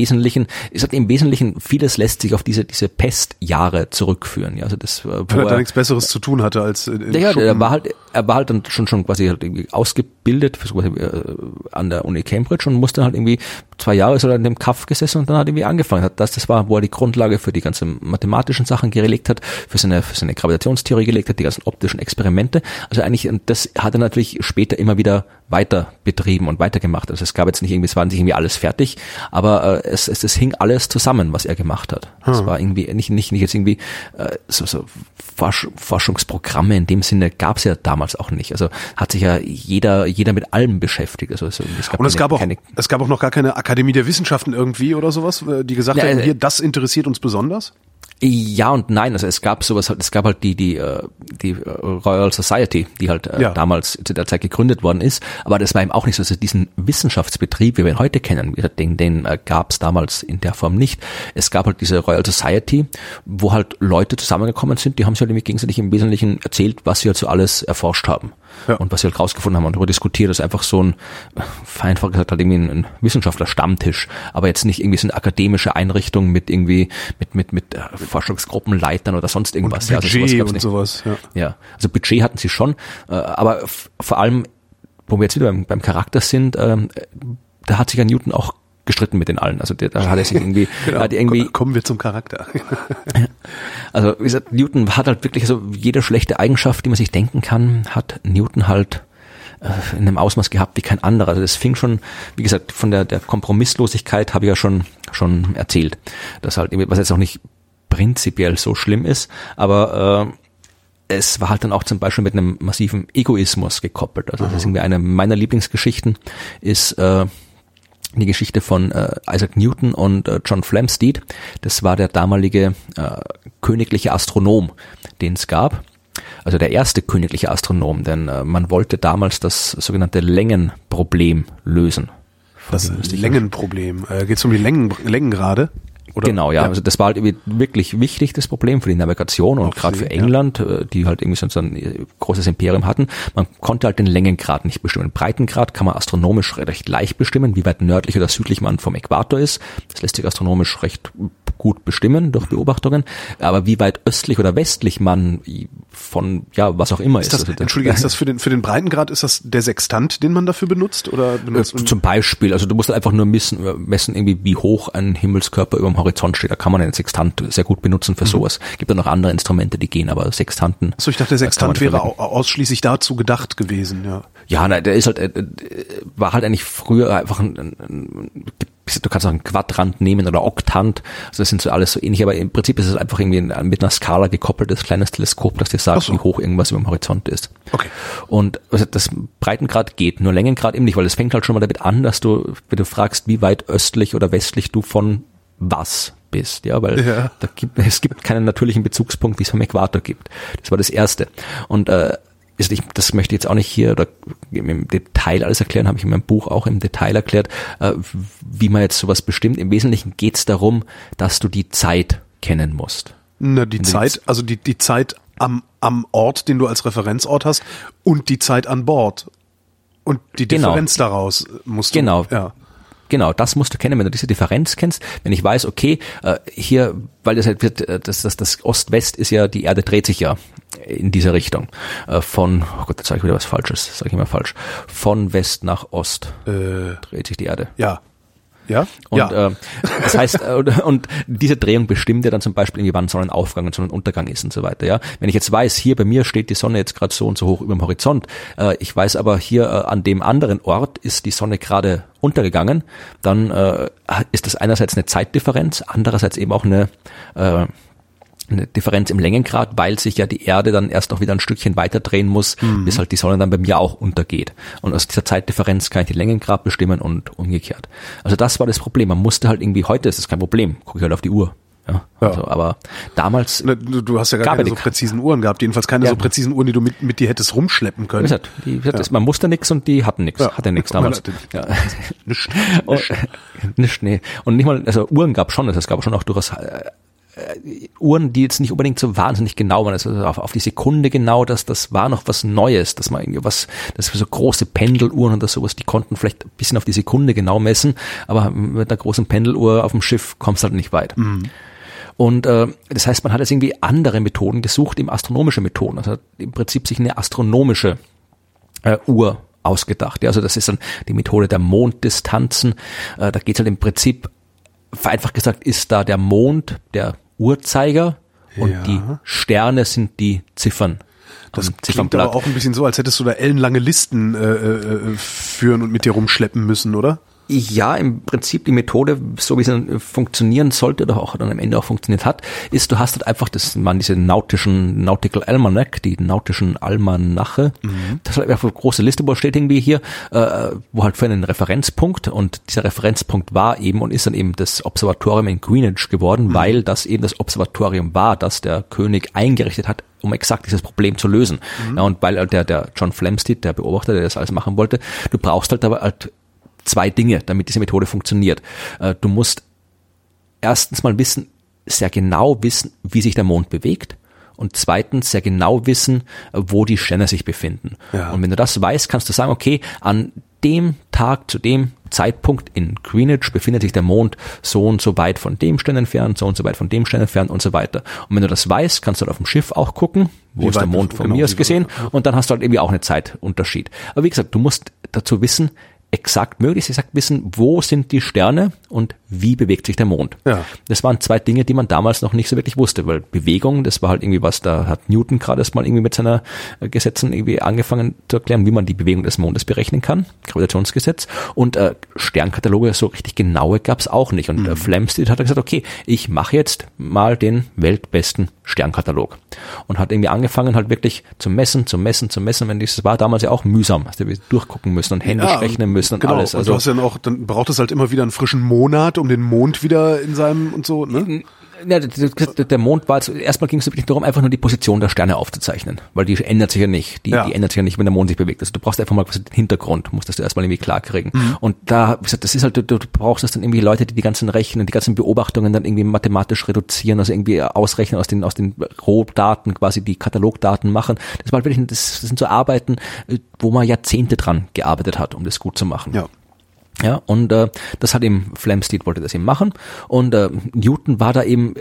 vieles lässt sich auf diese Pestjahre zurückführen. Ja, also das, weil er da nichts Besseres zu tun hatte als er war halt dann schon quasi halt irgendwie ausgebildet an der Uni Cambridge und musste halt irgendwie 2 Jahre ist er in dem Kaff gesessen und dann hat irgendwie angefangen. Das war, wo er die Grundlage für die ganzen mathematischen Sachen gelegt hat, für seine Gravitationstheorie gelegt hat, die ganzen optischen Experimente. Also eigentlich, und das hat er natürlich später immer wieder weiter betrieben und weitergemacht. Also es gab jetzt nicht irgendwie, es war nicht irgendwie alles fertig, aber es hing alles zusammen, was er gemacht hat. Es war irgendwie nicht jetzt irgendwie so Forschungsprogramme in dem Sinne gab es ja damals auch nicht. Also hat sich ja jeder mit allem beschäftigt. Also es gab auch noch gar keine Akademie der Wissenschaften irgendwie oder sowas, die gesagt haben, hier, das interessiert uns besonders? Ja und nein, also es gab halt die Royal Society, die halt damals zu der Zeit gegründet worden ist, aber das war eben auch nicht so, also diesen Wissenschaftsbetrieb, wie wir ihn heute kennen, den gab es damals in der Form nicht. Es gab halt diese Royal Society, wo halt Leute zusammengekommen sind, die haben sich halt irgendwie gegenseitig im Wesentlichen erzählt, was sie halt so alles erforscht haben. Ja. Und was sie halt rausgefunden haben und darüber diskutiert, das ist einfach so ein, vereinfacht gesagt, halt irgendwie ein Wissenschaftler-Stammtisch, aber jetzt nicht irgendwie so eine akademische Einrichtung mit irgendwie, mit Forschungsgruppenleitern oder sonst irgendwas. Und Budget und sowas, Ja, also Budget hatten sie schon, aber vor allem, wo wir jetzt wieder beim Charakter sind, da hat sich ja Newton auch gestritten mit den allen. Also da hat er sich irgendwie, genau. Kommen wir zum Charakter. Also wie gesagt, Newton hat halt wirklich so jede schlechte Eigenschaft, die man sich denken kann, hat Newton halt in einem Ausmaß gehabt wie kein anderer. Also das fing schon, wie gesagt, von der Kompromisslosigkeit habe ich ja schon erzählt. Das halt, was jetzt auch nicht prinzipiell so schlimm ist, aber es war halt dann auch zum Beispiel mit einem massiven Egoismus gekoppelt. Also das ist irgendwie eine meiner Lieblingsgeschichten, ist die Geschichte von Isaac Newton und John Flamsteed. Das war der damalige königliche Astronom, den es gab. Also der erste königliche Astronom, denn man wollte damals das sogenannte Längenproblem lösen. Das Längenproblem. Geht es um die Längengrade? Oder? Genau, ja. Also das war halt irgendwie wirklich wichtig, das Problem für die Navigation und gerade für England, die halt irgendwie so ein großes Imperium hatten. Man konnte halt den Längengrad nicht bestimmen. Breitengrad kann man astronomisch recht leicht bestimmen, wie weit nördlich oder südlich man vom Äquator ist. Das lässt sich astronomisch recht gut bestimmen durch Beobachtungen. Aber wie weit östlich oder westlich man von, was auch immer ist. Entschuldige, ist das für den Breitengrad, ist das der Sextant, den man dafür benutzt? Oder zum Beispiel, also du musst einfach nur messen irgendwie, wie hoch ein Himmelskörper über dem Horizont steht. Da kann man einen Sextant sehr gut benutzen für sowas. Gibt ja noch andere Instrumente, die gehen, aber Sextanten. So, ich dachte, der Sextant wäre ausschließlich dazu gedacht gewesen, ja. Ja, nein, der ist halt, war halt eigentlich früher einfach du kannst auch einen Quadrant nehmen oder Oktant, also das sind so alles so ähnlich, aber im Prinzip ist es einfach irgendwie mit einer Skala gekoppeltes kleines Teleskop, das dir sagt, wie hoch irgendwas über dem Horizont ist. Okay. Und also das Breitengrad geht, nur Längengrad eben nicht, weil es fängt halt schon mal damit an, dass wenn du fragst, wie weit östlich oder westlich du von was bist, ja, weil es gibt keinen natürlichen Bezugspunkt, wie es vom Äquator gibt. Das war das Erste. Und das möchte ich jetzt auch nicht hier oder im Detail alles erklären, habe ich in meinem Buch auch im Detail erklärt, wie man jetzt sowas bestimmt. Im Wesentlichen geht es darum, dass du die Zeit kennen musst. Na, die Zeit, also die Zeit am Ort, den du als Referenzort hast, und die Zeit an Bord. Und die Differenz daraus musst du. Genau, das musst du kennen, wenn du diese Differenz kennst. Wenn ich weiß, okay, hier, weil das halt wird, das Ost-West ist ja, die Erde dreht sich ja in diese Richtung. Von, oh Gott, jetzt sage ich wieder was Falsches, sage ich immer falsch. Von West nach Ost dreht sich die Erde. Ja. Ja. Und das heißt, und diese Drehung bestimmt ja dann zum Beispiel, wann Sonnenaufgang und Sonnenuntergang ist und so weiter. Ja, wenn ich jetzt weiß, hier bei mir steht die Sonne jetzt gerade so und so hoch über dem Horizont, ich weiß aber hier an dem anderen Ort ist die Sonne gerade untergegangen, dann ist das einerseits eine Zeitdifferenz, andererseits eben auch eine Differenz im Längengrad, weil sich ja die Erde dann erst noch wieder ein Stückchen weiter drehen muss, bis halt die Sonne dann bei mir auch untergeht. Und aus dieser Zeitdifferenz kann ich den Längengrad bestimmen und umgekehrt. Also das war das Problem. Man musste halt irgendwie, heute ist das kein Problem, gucke ich halt auf die Uhr. Ja. Also, aber damals. Du hast ja gar keine so präzisen Uhren gehabt, jedenfalls keine so präzisen Uhren, die du mit dir hättest rumschleppen können. Man musste nix und die hatten nix. Hatte nix damals. Nicht, nee. Und nicht mal, also Uhren gab schon, es gab schon auch durchaus Uhren, die jetzt nicht unbedingt so wahnsinnig genau waren, also auf die Sekunde genau, das war noch was Neues, dass man irgendwie das für so große Pendeluhren oder sowas, die konnten vielleicht ein bisschen auf die Sekunde genau messen, aber mit einer großen Pendeluhr auf dem Schiff kommst du halt nicht weit. Und das heißt, man hat jetzt irgendwie andere Methoden gesucht, eben astronomische Methoden, also im Prinzip sich eine astronomische Uhr ausgedacht. Ja, also das ist dann die Methode der Monddistanzen, da geht es halt im Prinzip, vereinfacht gesagt, ist da der Mond der Uhrzeiger und die Sterne sind die Ziffern. Das klingt aber auch ein bisschen so, als hättest du da ellenlange Listen führen und mit dir rumschleppen müssen, oder? Ja, im Prinzip die Methode, so wie sie dann funktionieren sollte oder auch dann am Ende auch funktioniert hat, ist, du hast halt einfach diese Nautical Almanac, die nautischen Almanache. Das ist halt einfach eine große Liste, wo steht irgendwie hier, wo halt für einen Referenzpunkt, und dieser Referenzpunkt war eben und ist dann eben das Observatorium in Greenwich geworden, weil das eben das Observatorium war, das der König eingerichtet hat, um exakt dieses Problem zu lösen. Ja, und weil der John Flamsteed, der Beobachter, der das alles machen wollte, du brauchst halt aber halt zwei Dinge, damit diese Methode funktioniert. Du musst erstens mal sehr genau wissen, wie sich der Mond bewegt, und zweitens sehr genau wissen, wo die Sterne sich befinden. Ja. Und wenn du das weißt, kannst du sagen, okay, an dem Tag, zu dem Zeitpunkt in Greenwich befindet sich der Mond so und so weit von dem Stern entfernt, so und so weit von dem Stern entfernt und so weiter. Und wenn du das weißt, kannst du halt auf dem Schiff auch gucken, wo ist der Mond von mir aus gesehen, und dann hast du halt irgendwie auch einen Zeitunterschied. Aber wie gesagt, du musst dazu wissen, möglichst exakt wissen, wo sind die Sterne und wie bewegt sich der Mond. Ja. Das waren zwei Dinge, die man damals noch nicht so wirklich wusste, weil Bewegung, das war halt irgendwie was, da hat Newton gerade erst mal irgendwie mit seiner Gesetzen irgendwie angefangen zu erklären, wie man die Bewegung des Mondes berechnen kann, Gravitationsgesetz, und Sternkataloge, so richtig genaue gab's auch nicht, und Flamsteed hat gesagt, okay, ich mache jetzt mal den weltbesten Sternkatalog, und hat irgendwie angefangen halt wirklich zu messen, wenn das war damals ja auch mühsam, hast du durchgucken müssen und händisch rechnen müssen und alles. Also, und du hast ja auch, dann braucht es halt immer wieder einen frischen Monat, um den Mond wieder in seinem und so, ne? Ja, der Mond war jetzt, erstmal ging es wirklich darum, einfach nur die Position der Sterne aufzuzeichnen, weil die ändert sich ja nicht. Die ändert sich ja nicht, wenn der Mond sich bewegt. Also du brauchst einfach mal den Hintergrund, musst das erstmal irgendwie klar kriegen. Und da, wie gesagt, das ist halt, du brauchst das dann irgendwie Leute, die ganzen Rechnungen, die ganzen Beobachtungen dann irgendwie mathematisch reduzieren, also irgendwie ausrechnen aus den Rohdaten, quasi die Katalogdaten machen. Das war halt wirklich, das sind so Arbeiten, wo man Jahrzehnte dran gearbeitet hat, um das gut zu machen. Ja. Ja, und das hat eben, Flamsteed wollte das eben machen, und Newton war da eben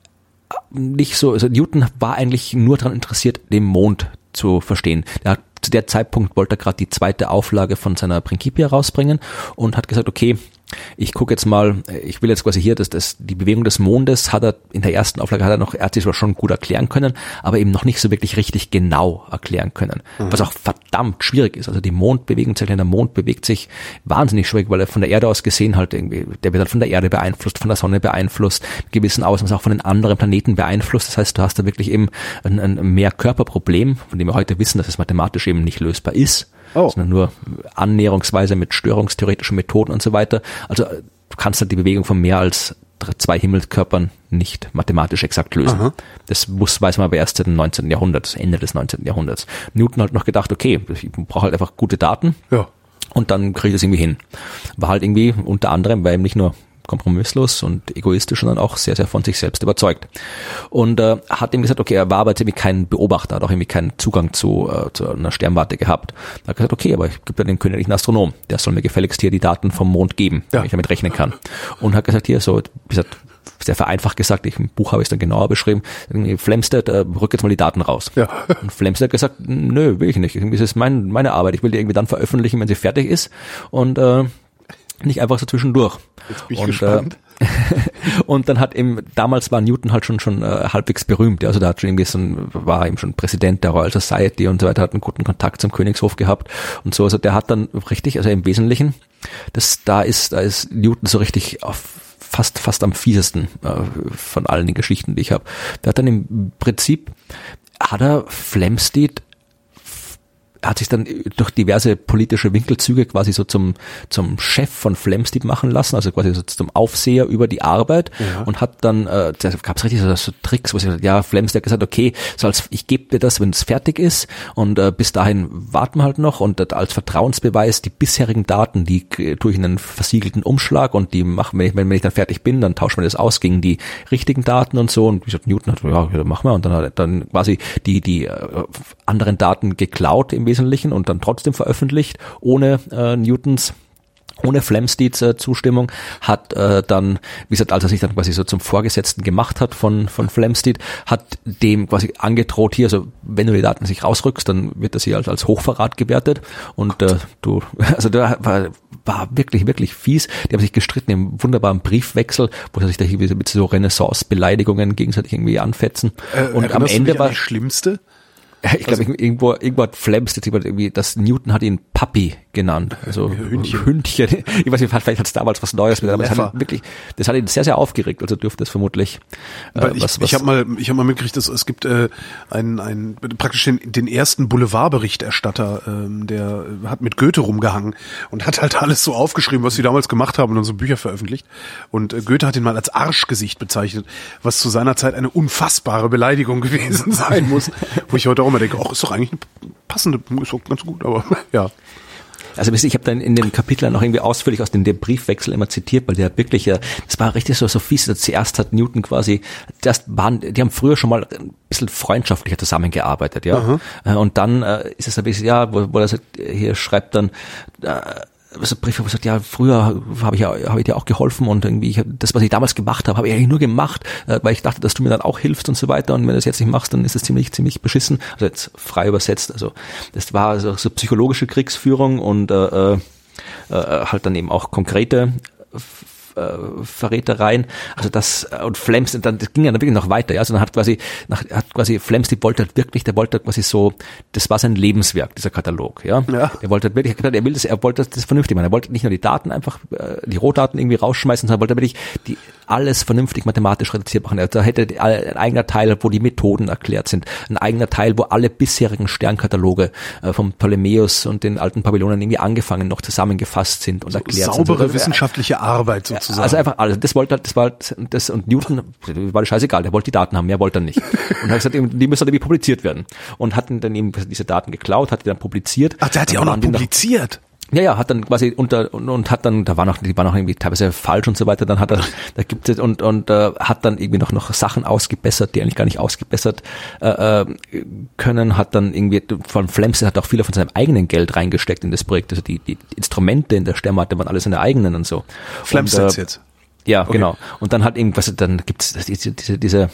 nicht so, also Newton war eigentlich nur daran interessiert, den Mond zu verstehen. Zu der Zeitpunkt wollte er gerade die zweite Auflage von seiner Principia rausbringen und hat gesagt, okay, ich gucke jetzt mal, ich will jetzt quasi hier, die Bewegung des Mondes hat er in der ersten Auflage er hat sich schon gut erklären können, aber eben noch nicht so wirklich richtig genau erklären können, was auch verdammt schwierig ist. Also die Mondbewegung, der Mond bewegt sich wahnsinnig schwierig, weil er von der Erde aus gesehen halt irgendwie, der wird halt von der Erde beeinflusst, von der Sonne beeinflusst, gewissen Ausmaß auch von den anderen Planeten beeinflusst. Das heißt, du hast da wirklich eben ein Mehrkörperproblem, von dem wir heute wissen, dass es mathematisch eben nicht lösbar ist. Sondern nur annäherungsweise mit störungstheoretischen Methoden und so weiter. Also du kannst halt die Bewegung von mehr als 2 Himmelskörpern nicht mathematisch exakt lösen. Aha. Das weiß man aber erst seit dem 19. Jahrhundert, Ende des 19. Jahrhunderts. Newton hat noch gedacht, okay, ich brauche halt einfach gute Daten. Ja. Und dann kriege ich das irgendwie hin. War halt irgendwie unter anderem, weil ihm nicht nur kompromisslos und egoistisch, sondern auch sehr, sehr von sich selbst überzeugt. Und hat ihm gesagt, okay, er war aber jetzt irgendwie kein Beobachter, hat auch irgendwie keinen Zugang zu einer Sternwarte gehabt. Er hat gesagt, okay, aber ich gebe ja den königlichen Astronom, der soll mir gefälligst hier die Daten vom Mond geben, damit ich damit rechnen kann. Und hat gesagt, hier, so, wie gesagt, sehr vereinfacht gesagt, im Buch habe ich es dann genauer beschrieben, Flamsteed, rück jetzt mal die Daten raus. Ja. Und Flamsteed hat gesagt, nö, will ich nicht. Das ist meine Arbeit. Ich will die irgendwie dann veröffentlichen, wenn sie fertig ist und nicht einfach so zwischendurch. Jetzt bin ich gespannt. Und dann hat damals war Newton halt schon halbwegs berühmt. Also da hat schon irgendwie war eben schon Präsident der Royal Society und so weiter, hat einen guten Kontakt zum Königshof gehabt und so. Also der hat dann richtig, also im Wesentlichen, da ist Newton so richtig fast am fiesesten von allen den Geschichten, die ich habe. Der hat dann im Prinzip, Flamsteed hat sich dann durch diverse politische Winkelzüge quasi so zum Chef von Flamsteed machen lassen, also quasi so zum Aufseher über die Arbeit und hat dann, da gab es richtig so Tricks, wo sie gesagt, ja, Flamsteed hat gesagt, okay, ich gebe dir das, wenn es fertig ist und bis dahin warten wir halt noch und als Vertrauensbeweis die bisherigen Daten, die tue ich in einen versiegelten Umschlag und die machen, wenn ich dann fertig bin, dann tauschen wir das aus gegen die richtigen Daten und so und wie gesagt, Newton hat, ja, machen wir und dann hat er dann quasi die anderen Daten geklaut im Wesentlichen und dann trotzdem veröffentlicht, ohne Flamsteeds Zustimmung, hat dann, wie gesagt, als er sich dann quasi so zum Vorgesetzten gemacht hat von Flamsteed, hat dem quasi angedroht, hier, also wenn du die Daten sich rausrückst, dann wird das hier als Hochverrat gewertet und also da war wirklich, wirklich fies. Die haben sich gestritten im wunderbaren Briefwechsel, wo sie sich da irgendwie mit so Renaissance-Beleidigungen gegenseitig irgendwie anfetzen. Und am Ende war das Schlimmste? Ich glaube, irgendwo hat Flamsteed irgendwie, das Newton hat ihn Puppy genannt, also Hündchen. Ich weiß nicht, vielleicht hat es damals was Neues mit, aber das hat ihn sehr, sehr aufgeregt, also dürfte es vermutlich. Ich habe mal mitgekriegt, dass es gibt praktisch den ersten Boulevardberichterstatter, der hat mit Goethe rumgehangen und hat halt alles so aufgeschrieben, was sie damals gemacht haben und dann so Bücher veröffentlicht. Und Goethe hat ihn mal als Arschgesicht bezeichnet, was zu seiner Zeit eine unfassbare Beleidigung gewesen sein muss, wo ich heute auch immer denke, ist doch eigentlich eine passende, ist doch ganz gut, aber ja. Also ich habe dann in dem Kapitel noch irgendwie ausführlich aus dem Briefwechsel immer zitiert, weil der wirklich, das war richtig so fies. Zuerst hat Newton quasi, die haben früher schon mal ein bisschen freundschaftlicher zusammengearbeitet, ja. Uh-huh. Und dann ist es ein bisschen, ja, wo er hier schreibt dann, also Brief gesagt, ja, früher habe ich dir auch geholfen und irgendwie das, was ich damals gemacht habe ich eigentlich nur gemacht, weil ich dachte, dass du mir dann auch hilfst und so weiter und wenn du das jetzt nicht machst, dann ist es ziemlich beschissen. Also jetzt frei übersetzt, also das war also so psychologische Kriegsführung und halt dann eben auch konkrete Verrätereien, also das und Flamsteed, das ging ja dann wirklich noch weiter, ja, also dann hat quasi Flamsteed wollte halt wirklich, der wollte quasi so, das war sein Lebenswerk, dieser Katalog, ja. Er wollte halt wirklich, er wollte das vernünftig machen, er wollte nicht nur die Daten einfach, die Rohdaten irgendwie rausschmeißen, sondern wollte wirklich alles vernünftig mathematisch reduziert machen. Da hätte ein eigener Teil, wo die Methoden erklärt sind, ein eigener Teil, wo alle bisherigen Sternkataloge vom Ptolemäus und den alten Babylonern irgendwie angefangen noch zusammengefasst sind und erklärt sind. Saubere wissenschaftliche Arbeit sozusagen. Also einfach alles. Das und Newton war scheißegal, der wollte die Daten haben, mehr wollte er nicht. Und hat gesagt, die müssen dann irgendwie publiziert werden. Und hat dann eben diese Daten geklaut, hat die dann publiziert. Ach, der hat die auch noch publiziert? Ja, hat dann quasi und hat dann, die waren noch irgendwie teilweise falsch und so weiter, dann hat er, da gibt es und hat dann irgendwie noch Sachen ausgebessert, die eigentlich gar nicht ausgebessert können, hat dann irgendwie, von Flamsteed hat auch viel von seinem eigenen Geld reingesteckt in das Projekt, also die Instrumente in der Sternwarte waren alle seine eigenen und so. Flamsteed jetzt? Ja, okay. Genau. Und dann hat irgendwas, dann gibt's diese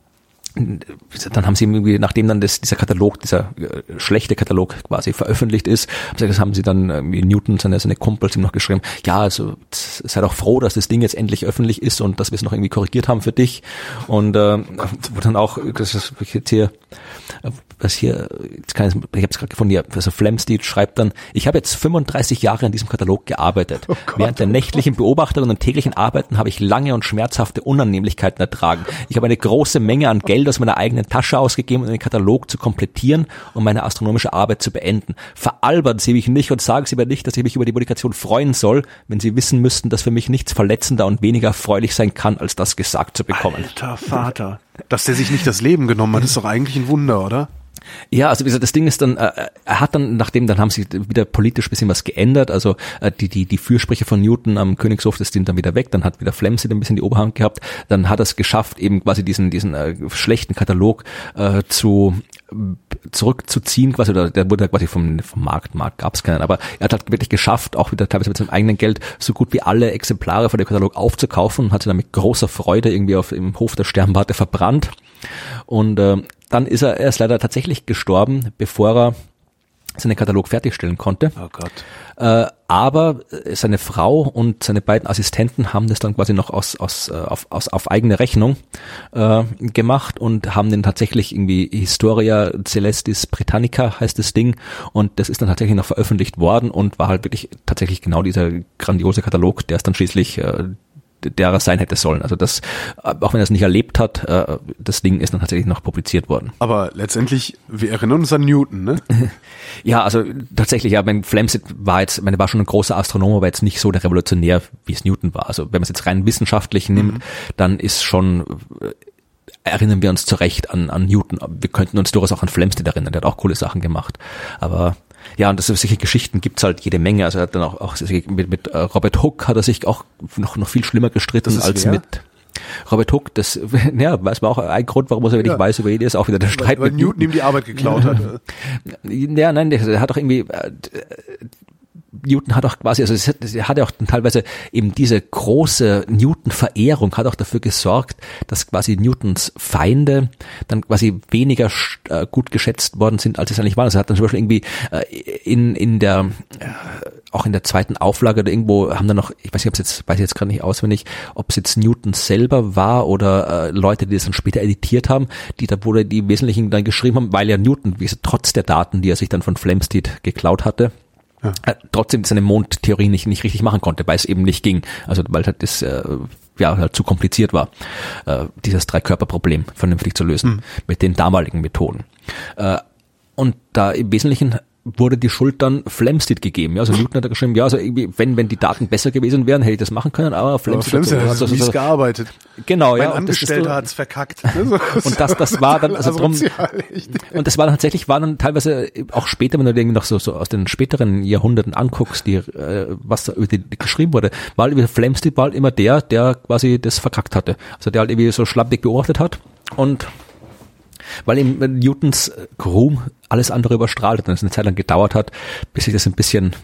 dann haben sie irgendwie, nachdem dann dieser Katalog, dieser schlechte Katalog quasi veröffentlicht ist, haben sie dann Newton, seine Kumpels ihm noch geschrieben, ja, also sei doch froh, dass das Ding jetzt endlich öffentlich ist und dass wir es noch irgendwie korrigiert haben für dich. Und wo dann auch, das ist jetzt hier, Was hier, ich habe es gerade gefunden, hier, also Flamsteed schreibt dann, ich habe jetzt 35 Jahre an diesem Katalog gearbeitet. Während der nächtlichen Beobachtung und täglichen Arbeiten habe ich lange und schmerzhafte Unannehmlichkeiten ertragen. Ich habe eine große Menge an Geld aus meiner eigenen Tasche ausgegeben, um den Katalog zu komplettieren und meine astronomische Arbeit zu beenden. Veralbern Sie mich nicht und sagen Sie mir nicht, dass ich mich über die Publikation freuen soll, wenn Sie wissen müssten, dass für mich nichts verletzender und weniger erfreulich sein kann, als das gesagt zu bekommen. Alter Vater. Dass der sich nicht das Leben genommen hat, ist doch eigentlich ein Wunder, oder? Ja, also wie gesagt, das Ding ist dann, er hat dann, dann haben sie wieder politisch ein bisschen was geändert, also die Fürsprecher von Newton am Königshof, das sind dann wieder weg, dann hat wieder Flamsteed ein bisschen die Oberhand gehabt, dann hat er es geschafft, eben quasi diesen schlechten Katalog zurückzuziehen, quasi, oder der wurde quasi vom Markt gab es keinen, aber er hat halt wirklich geschafft, auch wieder teilweise mit seinem eigenen Geld so gut wie alle Exemplare von dem Katalog aufzukaufen und hat sie dann mit großer Freude irgendwie im Hof der Sternwarte verbrannt. Und dann ist er erst leider tatsächlich gestorben, bevor er seinen Katalog fertigstellen konnte. Oh Gott. Aber seine Frau und seine beiden Assistenten haben das dann quasi noch auf eigene Rechnung gemacht und haben den tatsächlich irgendwie Historia Celestis Britannica heißt das Ding, und das ist dann tatsächlich noch veröffentlicht worden und war halt wirklich tatsächlich genau dieser grandiose Katalog, der es dann schließlich derer sein hätte sollen. Also das, auch wenn er es nicht erlebt hat, das Ding ist dann tatsächlich noch publiziert worden. Aber letztendlich, wir erinnern uns an Newton, ne? Ja, also tatsächlich, ja, mein Flamsteed war schon ein großer Astronom, aber jetzt nicht so der Revolutionär, wie es Newton war. Also wenn man es jetzt rein wissenschaftlich nimmt, dann ist schon, erinnern wir uns zu Recht an Newton. Wir könnten uns durchaus auch an Flamsteed erinnern, der hat auch coole Sachen gemacht. Aber ja, und solche Geschichten gibt's halt jede Menge. Also er hat dann auch mit Robert Hooke hat er sich auch noch viel schlimmer gestritten als mit Robert Hooke. Das, ja, weiß man auch ein Grund, warum er nicht weiß über ihn, ist auch wieder der Streit weil mit Newton ihm die Arbeit geklaut hat. Ja, nein, der hat doch irgendwie, Newton hat auch quasi, also er hat ja auch teilweise eben diese große Newton-Verehrung hat auch dafür gesorgt, dass quasi Newtons Feinde dann quasi weniger gut geschätzt worden sind, als es eigentlich waren. Also er hat dann zum Beispiel irgendwie auch in der zweiten Auflage oder irgendwo haben dann noch, ich weiß ich jetzt gerade nicht auswendig, ob es jetzt Newton selber war oder Leute, die das dann später editiert haben, die im Wesentlichen dann geschrieben haben, weil ja Newton, wie gesagt, trotz der Daten, die er sich dann von Flamsteed geklaut hatte, trotzdem seine Mondtheorie nicht richtig machen konnte, weil es eben nicht ging. Also weil halt das halt zu kompliziert war, dieses Dreikörperproblem vernünftig zu lösen mit den damaligen Methoden. Und da im Wesentlichen wurde die Schuld dann Flamsteed gegeben. Ja, also Newton hat da geschrieben, ja, also irgendwie, wenn die Daten besser gewesen wären, hätte ich das machen können, aber Flamsteed hat so mies gearbeitet. Genau, ja. Mein Angestellter hat's verkackt. Und das war dann, also drum, und das war dann tatsächlich, teilweise auch später, wenn du irgendwie noch so aus den späteren Jahrhunderten anguckst, was da über die geschrieben wurde, war über Flamsteed war halt immer der quasi das verkackt hatte. Also der halt irgendwie so schlampig beobachtet hat und weil eben Newtons Ruhm alles andere überstrahlt hat und es eine Zeit lang gedauert hat, bis sich das ein bisschen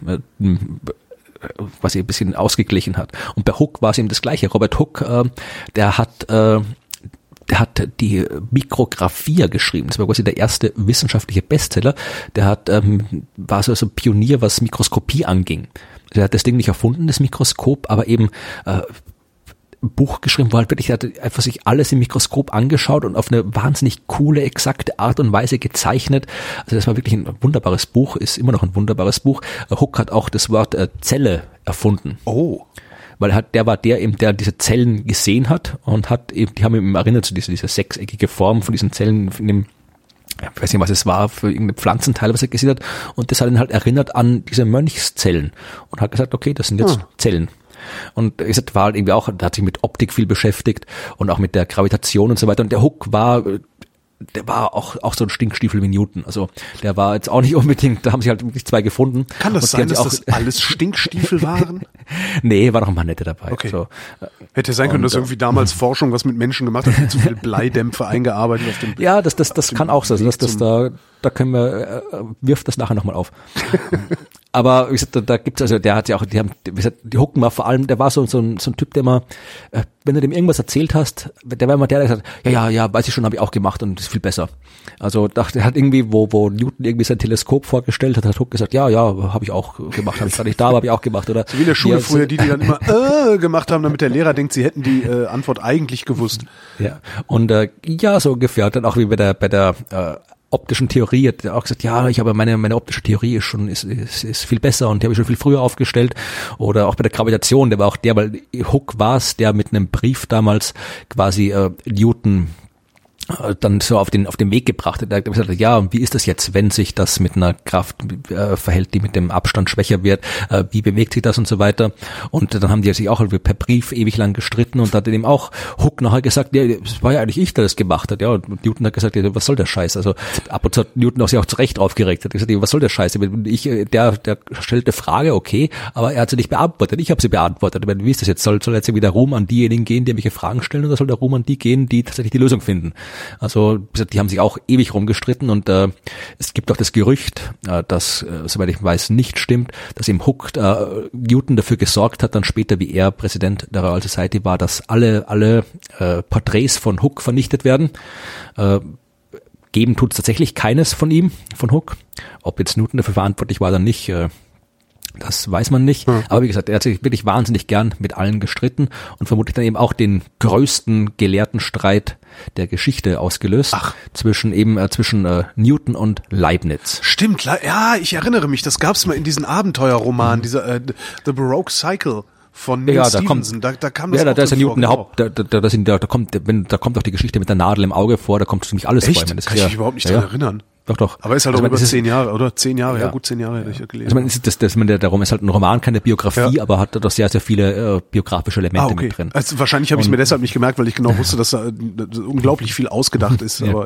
ausgeglichen hat. Und bei Hooke war es eben das Gleiche. Robert Hooke, der hat die Mikrographia geschrieben. Das war quasi der erste wissenschaftliche Bestseller. Der war so ein Pionier, was Mikroskopie anging. Der hat das Ding nicht erfunden, das Mikroskop, aber eben Buch geschrieben, wo halt wirklich, er hat einfach sich alles im Mikroskop angeschaut und auf eine wahnsinnig coole, exakte Art und Weise gezeichnet. Also das war wirklich ein wunderbares Buch, ist immer noch ein wunderbares Buch. Hooke hat auch das Wort Zelle erfunden. Oh. Weil der diese Zellen gesehen hat und die haben ihm erinnert zu diese sechseckige Form von diesen Zellen, von dem, ich weiß nicht, was es war, für irgendeine Pflanzenteil, was er gesehen hat. Und das hat ihn halt erinnert an diese Mönchszellen und hat gesagt, okay, das sind jetzt Zellen. Und ich sagte, war halt irgendwie auch, der hat sich mit Optik viel beschäftigt und auch mit der Gravitation und so weiter. Und der Hooke der war auch so ein Stinkstiefel wie Newton. Also der war jetzt auch nicht unbedingt, da haben sich halt wirklich zwei gefunden. Kann das sein, dass das alles Stinkstiefel waren? Nee, war noch ein paar nette dabei. Okay. So. Hätte sein können, dass irgendwie damals Forschung was mit Menschen gemacht hat, zu viel Bleidämpfe eingearbeitet auf dem. Ja, das kann auch sein, dass das da da können wir, wirft das nachher nochmal auf. Aber wie gesagt, da gibt's also, der hat ja auch, die Hucken war vor allem, der war so ein Typ, der immer, wenn du dem irgendwas erzählt hast, der war immer der gesagt, ja, weiß ich schon, habe ich auch gemacht und ist viel besser. Also der hat irgendwie, wo Newton irgendwie sein Teleskop vorgestellt hat Huck gesagt, ja, habe ich auch gemacht, habe ich zwar nicht da, aber habe ich auch gemacht, oder? So wie in der Schule früher, die dann immer gemacht haben, damit der Lehrer denkt, sie hätten die Antwort eigentlich gewusst. Ja, und ja, so ungefähr. Dann auch wie bei der optischen Theorie hat er auch gesagt, ja, ich habe meine optische Theorie ist viel besser und die habe ich schon viel früher aufgestellt. Oder auch bei der Gravitation, der war auch weil Hooke war es, der mit einem Brief damals quasi Newton dann so auf den Weg gebracht hat. Er hat gesagt, ja, wie ist das jetzt, wenn sich das mit einer Kraft verhält, die mit dem Abstand schwächer wird, wie bewegt sich das und so weiter. Und dann haben die sich auch per Brief ewig lang gestritten und hat ihm auch Hooke nachher gesagt, ja, es war ja eigentlich ich, der das gemacht hat. Ja, und Newton hat gesagt, ja, was soll der Scheiß? Also ab und zu hat Newton sich auch zu Recht aufgeregt. Hat gesagt, ja, was soll der Scheiß? Der stellt eine Frage, okay, aber er hat sie nicht beantwortet. Ich habe sie beantwortet. Wie ist das jetzt? Soll jetzt irgendwie der Ruhm an diejenigen gehen, die irgendwelche Fragen stellen, oder soll der Ruhm an die gehen, die tatsächlich die Lösung finden? Also die haben sich auch ewig rumgestritten und es gibt auch das Gerücht, das, soweit ich weiß, nicht stimmt, dass eben Hooke Newton dafür gesorgt hat, dann später, wie er Präsident der Royal Society war, dass alle Porträts von Hooke vernichtet werden. Geben tut es tatsächlich keines von ihm, von Hooke. Ob jetzt Newton dafür verantwortlich war oder nicht, das weiß man nicht. Aber wie gesagt, er hat sich wirklich wahnsinnig gern mit allen gestritten und vermutlich dann eben auch den größten Gelehrtenstreit der Geschichte ausgelöst. Zwischen Newton und Leibniz. Stimmt, ja, ich erinnere mich, das gab's mal in diesen Abenteuerromanen, dieser The Baroque Cycle von Neil Stephenson. Da kam das auch da ist ja Newton der Haupt, da kommt auch die Geschichte mit der Nadel im Auge vor, da kommt ziemlich alles vor. Echt? Kann ich mich überhaupt nicht dran erinnern. Doch. Aber ist halt auch über 10 Jahre, oder? 10 Jahre, ja, gut 10 Jahre hätte ich gelesen. Also darum ist halt ein Roman, keine Biografie, aber hat doch sehr, sehr viele biografische Elemente mit drin. Also wahrscheinlich habe ich es mir deshalb nicht gemerkt, weil ich genau wusste, dass da unglaublich viel ausgedacht ist. Aber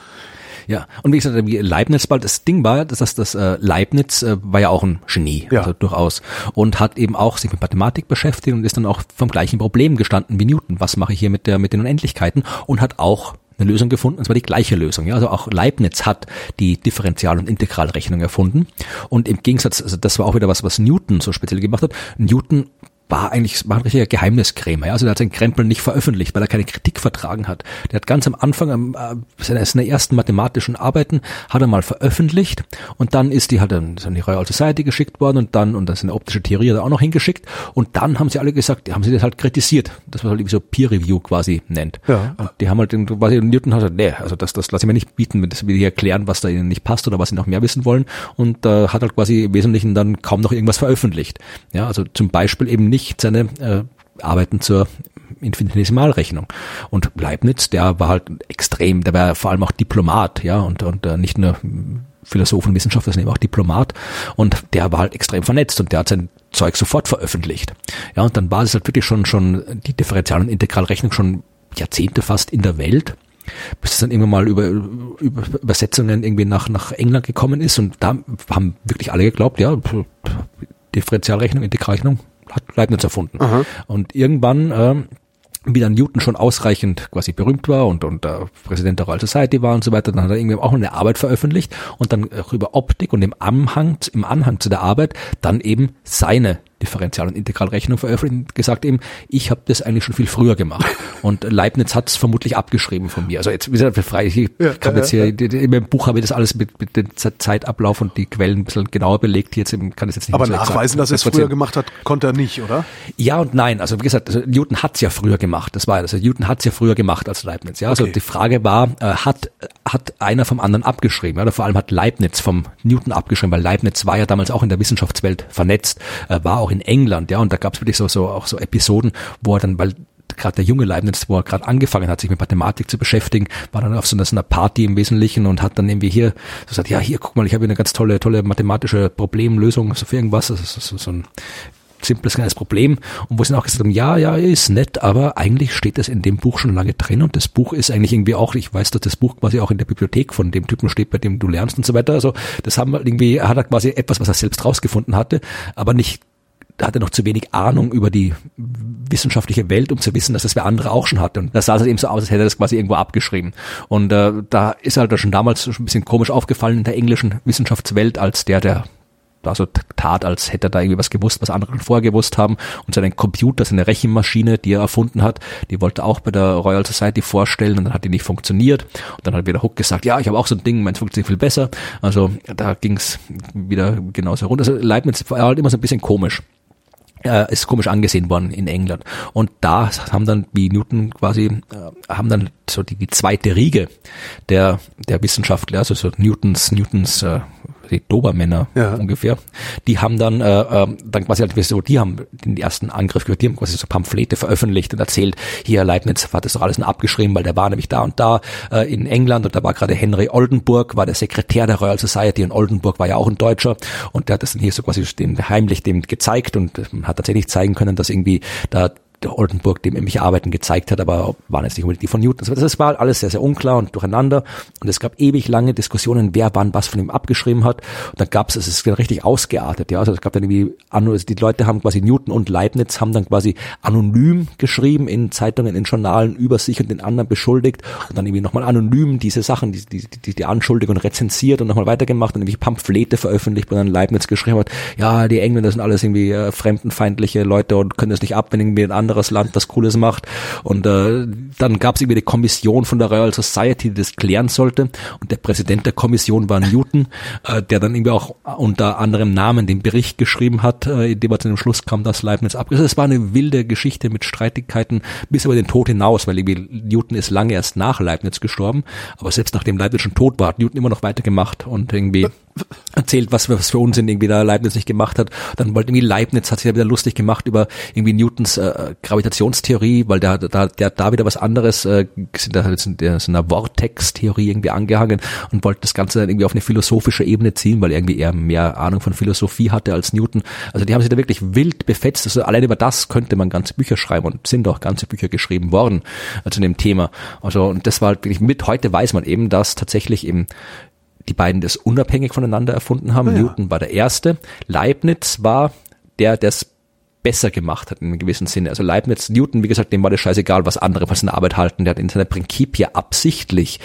Ja, und wie gesagt, Leibniz, das Ding war, dass Leibniz war ja auch ein Genie, also durchaus, und hat eben auch sich mit Mathematik beschäftigt und ist dann auch vom gleichen Problem gestanden wie Newton. Was mache ich hier mit den Unendlichkeiten? Und hat auch eine Lösung gefunden, und zwar die gleiche Lösung. Ja, also auch Leibniz hat die Differential- und Integralrechnung erfunden. Und im Gegensatz, also das war auch wieder was Newton so speziell gemacht hat. Newton war ein richtiger Geheimniskrämer. Ja? Also der hat seinen Krempel nicht veröffentlicht, weil er keine Kritik vertragen hat. Der hat ganz am Anfang seiner ersten mathematischen Arbeiten hat er mal veröffentlicht und dann ist die halt an die Royal Society geschickt worden und das eine optische Theorie hat er auch noch hingeschickt und dann haben sie alle gesagt, haben sie das halt kritisiert, das was halt irgendwie so Peer Review quasi nennt. Ja. Und die haben halt quasi Newton hat gesagt, nee, also das lasse ich mir nicht bieten, dass wir hier erklären, was da ihnen nicht passt oder was sie noch mehr wissen wollen und hat halt quasi im Wesentlichen dann kaum noch irgendwas veröffentlicht. Ja, also zum Beispiel eben nicht seine Arbeiten zur Infinitesimalrechnung. Und Leibniz, der war halt extrem, der war vor allem auch Diplomat, ja, und nicht nur Philosoph und Wissenschaftler, sondern eben auch Diplomat. Und der war halt extrem vernetzt und der hat sein Zeug sofort veröffentlicht. Ja, und dann war es halt wirklich schon die Differential- und Integralrechnung schon Jahrzehnte fast in der Welt, bis es dann irgendwann mal über Übersetzungen irgendwie nach England gekommen ist. Und da haben wirklich alle geglaubt, ja, Differentialrechnung, Integralrechnung hat Leibniz erfunden. Aha. Und irgendwann, wie dann Newton schon ausreichend quasi berühmt war und Präsident der Royal Society war und so weiter, dann hat er irgendwie auch eine Arbeit veröffentlicht und dann auch über Optik und im Anhang zu der Arbeit dann eben seine Differential- und Integralrechnung veröffentlicht und gesagt eben, ich habe das eigentlich schon viel früher gemacht. Und Leibniz hat es vermutlich abgeschrieben von mir. Also jetzt, wie gesagt, frei, ich kann jetzt hier, in meinem Buch habe ich das alles mit dem Zeitablauf und die Quellen ein bisschen genauer belegt. Jetzt kann ich jetzt nicht. Aber nachweisen, dass er es früher gemacht hat, konnte er nicht, oder? Ja und nein. Also wie gesagt, Newton hat es ja früher gemacht. Das war also Newton hat es ja früher gemacht als Leibniz. Ja, also die Frage war, hat einer vom anderen abgeschrieben? Oder vor allem hat Leibniz vom Newton abgeschrieben, weil Leibniz war ja damals auch in der Wissenschaftswelt vernetzt, war auch in England, ja, und da gab es wirklich auch so Episoden, wo er dann, weil gerade der junge Leibniz, wo er gerade angefangen hat, sich mit Mathematik zu beschäftigen, war dann auf so einer Party im Wesentlichen und hat dann irgendwie hier so gesagt, ja, hier, guck mal, ich habe hier eine ganz tolle mathematische Problemlösung so für irgendwas, das ist so ein simples kleines Problem und wo sie dann auch gesagt haben, ja, ist nett, aber eigentlich steht das in dem Buch schon lange drin und das Buch ist eigentlich irgendwie auch, ich weiß, dass das Buch quasi auch in der Bibliothek von dem Typen steht, bei dem du lernst und so weiter, also das hat er quasi etwas, was er selbst rausgefunden hatte, aber nicht hatte noch zu wenig Ahnung über die wissenschaftliche Welt, um zu wissen, dass das wer andere auch schon hatte. Und das sah halt eben so aus, als hätte er das quasi irgendwo abgeschrieben. Und da ist halt schon damals schon ein bisschen komisch aufgefallen in der englischen Wissenschaftswelt, als der da so tat, als hätte er da irgendwie was gewusst, was andere schon vorher gewusst haben. Und seinen Computer, seine Rechenmaschine, die er erfunden hat, die wollte er auch bei der Royal Society vorstellen und dann hat die nicht funktioniert. Und dann hat wieder Hooke gesagt, ja, ich habe auch so ein Ding, meins funktioniert viel besser. Also da ging's wieder genauso runter. Also Leibniz war halt immer so ein bisschen komisch. Ist komisch angesehen worden in England. Und da haben dann, wie Newton quasi, haben dann so die zweite Riege der Wissenschaftler, also so Newtons die Dobermänner ungefähr, die haben dann quasi halt so, die haben den ersten Angriff gehört, die haben quasi so Pamphlete veröffentlicht und erzählt, hier Leibniz hat das doch alles nur abgeschrieben, weil der war nämlich da und da in England und da war gerade Henry Oldenburg, war der Sekretär der Royal Society und Oldenburg war ja auch ein Deutscher und der hat das dann hier so quasi heimlich dem gezeigt und man hat tatsächlich zeigen können, dass irgendwie da der Oldenburg dem irgendwelche Arbeiten gezeigt hat, aber waren jetzt nicht unbedingt die von Newton. Das war alles sehr, sehr unklar und durcheinander und es gab ewig lange Diskussionen, wer wann was von ihm abgeschrieben hat und dann gab es ist richtig ausgeartet, ja, also es gab dann irgendwie, die Leute haben quasi Newton und Leibniz haben dann quasi anonym geschrieben in Zeitungen, in Journalen über sich und den anderen beschuldigt und dann irgendwie nochmal anonym diese Sachen, die Anschuldigung rezensiert und nochmal weitergemacht und irgendwie Pamphlete veröffentlicht, wo dann Leibniz geschrieben hat, ja, die Engländer sind alles irgendwie fremdenfeindliche Leute und können das nicht ab, wenn irgendwie ein anderes Land das Cooles macht und dann gab es irgendwie eine Kommission von der Royal Society, die das klären sollte und der Präsident der Kommission war Newton, der dann irgendwie auch unter anderem Namen den Bericht geschrieben hat, in dem er zu dem Schluss kam, dass Leibniz ab. Also es war eine wilde Geschichte mit Streitigkeiten bis über den Tod hinaus, weil irgendwie Newton ist lange erst nach Leibniz gestorben, aber selbst nachdem Leibniz schon tot war, hat Newton immer noch weitergemacht und irgendwie erzählt, was für Unsinn irgendwie da Leibniz nicht gemacht hat. Dann wollte irgendwie Leibniz, hat sich ja wieder lustig gemacht über irgendwie Newtons Gravitationstheorie, weil der hat da wieder was anderes, sind da so einer Vortex-Theorie irgendwie angehangen und wollte das Ganze dann irgendwie auf eine philosophische Ebene ziehen, weil irgendwie er mehr Ahnung von Philosophie hatte als Newton. Also die haben sich da wirklich wild befetzt. Also allein über das könnte man ganze Bücher schreiben und sind auch ganze Bücher geschrieben worden zu dem Thema. Also und das war halt wirklich heute weiß man eben, dass tatsächlich eben die beiden das unabhängig voneinander erfunden haben. Ja. Newton war der Erste. Leibniz war der es besser gemacht hat in einem gewissen Sinne. Also Newton, wie gesagt, dem war das scheißegal, was andere von seiner Arbeit halten. Der hat in seiner Principia absichtlich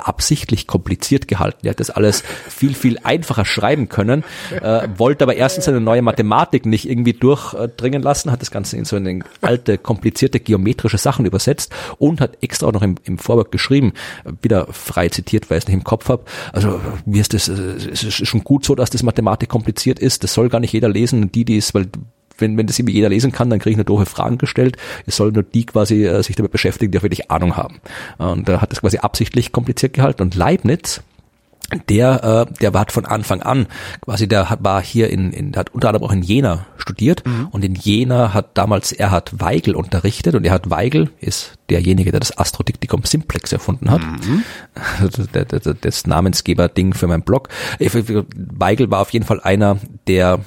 kompliziert gehalten. Der hat das alles viel, viel einfacher schreiben können, wollte aber erstens eine neue Mathematik nicht irgendwie durchdringen lassen, hat das Ganze in so eine alte, komplizierte geometrische Sachen übersetzt und hat extra auch noch im Vorwort geschrieben, wieder frei zitiert, weil ich es nicht im Kopf habe. Also wie ist das? Es ist schon gut so, dass das Mathematik kompliziert ist. Das soll gar nicht jeder lesen. Weil wenn das irgendwie jeder lesen kann, dann kriege ich nur doofe Fragen gestellt. Es sollen nur die quasi sich damit beschäftigen, die auch wirklich Ahnung haben. Und hat das quasi absichtlich kompliziert gehalten. Und Leibniz, der war von Anfang an quasi, war hier der hat unter anderem auch in Jena studiert und in Jena hat Weigel unterrichtet und Weigel ist derjenige, der das Astrodiktikum Simplex erfunden hat. Das Namensgeber-Ding für meinen Blog. Weigel war auf jeden Fall einer, der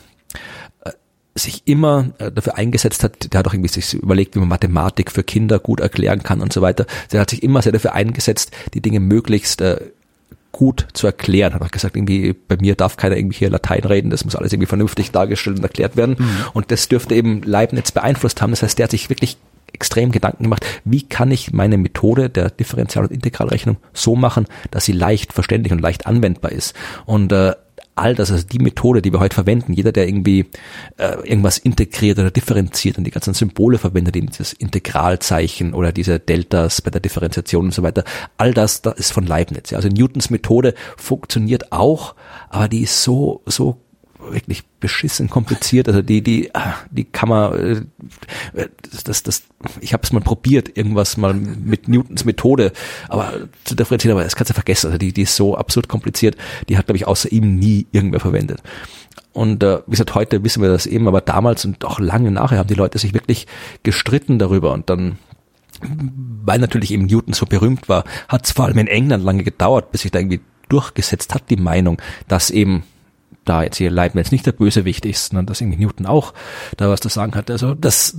sich immer dafür eingesetzt hat, der hat auch irgendwie sich überlegt, wie man Mathematik für Kinder gut erklären kann und so weiter. Der hat sich immer sehr dafür eingesetzt, die Dinge möglichst gut zu erklären. Hat auch gesagt, irgendwie bei mir darf keiner irgendwie hier Latein reden, das muss alles irgendwie vernünftig dargestellt und erklärt werden. Und das dürfte eben Leibniz beeinflusst haben. Das heißt, der hat sich wirklich extrem Gedanken gemacht, wie kann ich meine Methode der Differential- und Integralrechnung so machen, dass sie leicht verständlich und leicht anwendbar ist. Und all das, also die Methode, die wir heute verwenden, jeder, der irgendwie irgendwas integriert oder differenziert und die ganzen Symbole verwendet, eben dieses Integralzeichen oder diese Deltas bei der Differenziation und so weiter, all das ist von Leibniz. Ja. Also Newtons Methode funktioniert auch, aber die ist so wirklich beschissen kompliziert, also die kann man, ich habe es mal probiert, irgendwas mal mit Newtons Methode, aber zu differenzieren, aber das kannst du vergessen, also die ist so absurd kompliziert, die hat, glaube ich, außer ihm nie irgendwer verwendet. Und wie gesagt, heute wissen wir das eben, aber damals und auch lange nachher haben die Leute sich wirklich gestritten darüber und dann, weil natürlich eben Newton so berühmt war, hat es vor allem in England lange gedauert, bis sich da irgendwie durchgesetzt hat, die Meinung, dass eben da jetzt hier Leibniz nicht der Bösewicht ist, sondern dass irgendwie Newton auch da was zu sagen hat. Also das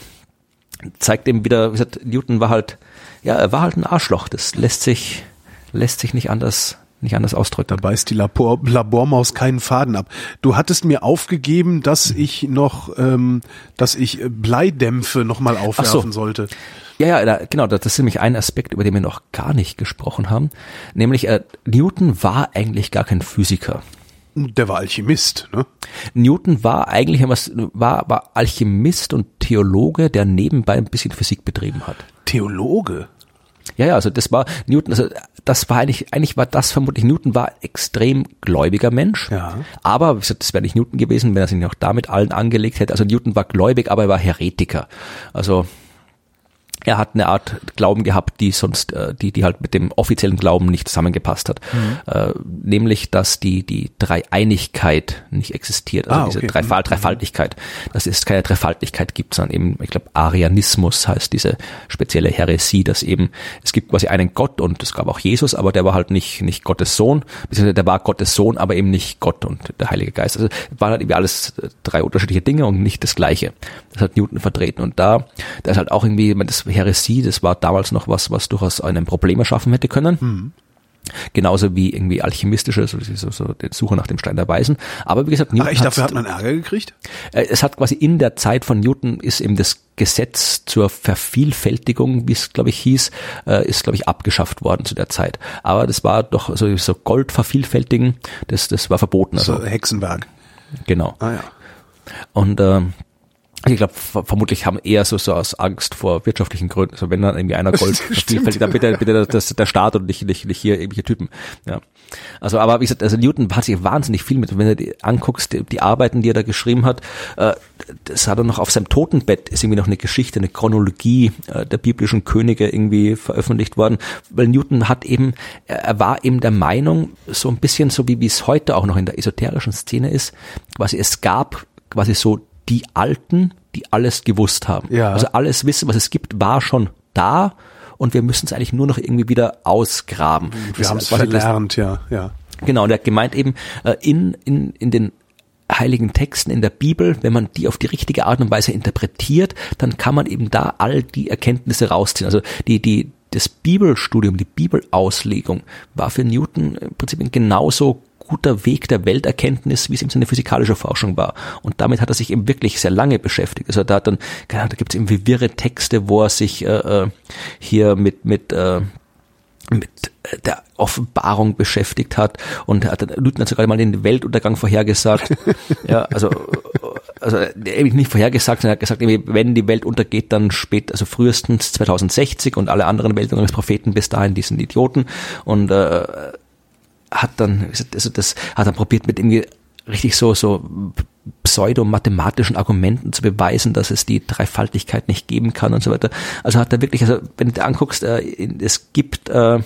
zeigt eben wieder, wie gesagt, Newton war halt ein Arschloch. Das lässt sich nicht anders nicht anders ausdrücken. Da beißt die Labormaus keinen Faden ab. Du hattest mir aufgegeben, dass ich Bleidämpfe nochmal aufwerfen sollte. Ja, genau, das ist nämlich ein Aspekt, über den wir noch gar nicht gesprochen haben. Nämlich, Newton war eigentlich gar kein Physiker. Der war Alchemist, ne? Newton war eigentlich war Alchemist und Theologe, der nebenbei ein bisschen Physik betrieben hat. Theologe? Ja, also das war Newton, also das war eigentlich war das vermutlich, Newton war ein extrem gläubiger Mensch, aber wie gesagt, das wäre nicht Newton gewesen, wenn er sich noch damit allen angelegt hätte. Also Newton war gläubig, aber er war Heretiker. Also er hat eine Art Glauben gehabt, die sonst, die halt mit dem offiziellen Glauben nicht zusammengepasst hat. Nämlich, dass die Dreieinigkeit nicht existiert, also diese Dreifaltigkeit, dass es keine Dreifaltigkeit gibt, sondern eben, ich glaube, Arianismus heißt diese spezielle Häresie, dass eben, es gibt quasi einen Gott und es gab auch Jesus, aber der war halt nicht Gottes Sohn, beziehungsweise der war Gottes Sohn, aber eben nicht Gott und der Heilige Geist. Also waren halt irgendwie alles drei unterschiedliche Dinge und nicht das Gleiche. Das hat Newton vertreten und da ist halt auch irgendwie, das Häresie, das war damals noch was durchaus einem Problem erschaffen hätte können. Genauso wie irgendwie alchemistische, so die Suche nach dem Stein der Weisen. Aber wie gesagt, Newton dafür hat man Ärger gekriegt? Es hat quasi in der Zeit von Newton ist eben das Gesetz zur Vervielfältigung, wie es glaube ich hieß, ist glaube ich abgeschafft worden zu der Zeit. Aber das war doch so Gold vervielfältigen, das war verboten. Also Hexenwerk. Genau. Ja. Und ich glaube, vermutlich haben eher so aus Angst vor wirtschaftlichen Gründen, also wenn dann irgendwie einer Gold vervielfältigt, dann bitte der Staat und nicht hier irgendwelche Typen. Ja. Also, aber wie gesagt, also Newton hat sich wahnsinnig viel mit, wenn du dir anguckst, die Arbeiten, die er da geschrieben hat, das hat er noch auf seinem Totenbett, ist irgendwie noch eine Geschichte, eine Chronologie der biblischen Könige irgendwie veröffentlicht worden, weil Newton hat eben, er war eben der Meinung, so ein bisschen so wie es heute auch noch in der esoterischen Szene ist, quasi es gab quasi so die Alten, die alles gewusst haben. Ja. Also alles Wissen, was es gibt, war schon da und wir müssen es eigentlich nur noch irgendwie wieder ausgraben. Wir haben es verlernt, ja. Genau, und er hat gemeint eben, in den heiligen Texten in der Bibel, wenn man die auf die richtige Art und Weise interpretiert, dann kann man eben da all die Erkenntnisse rausziehen. Also das Bibelstudium, die Bibelauslegung war für Newton im Prinzip genauso guter Weg der Welterkenntnis, wie es eben seine physikalische Forschung war. Und damit hat er sich eben wirklich sehr lange beschäftigt. Also da gibt es irgendwie wirre Texte, wo er sich hier mit der Offenbarung beschäftigt hat und Newton hat sogar mal den Weltuntergang vorhergesagt. Ja, also eben nicht vorhergesagt, sondern er hat gesagt, wenn die Welt untergeht, dann also frühestens 2060 und alle anderen Weltuntergangspropheten bis dahin, die sind Idioten und hat dann probiert mit irgendwie richtig so pseudo-mathematischen Argumenten zu beweisen, dass es die Dreifaltigkeit nicht geben kann und so weiter. Also hat er wirklich, also wenn du dir anguckst, es gibt ein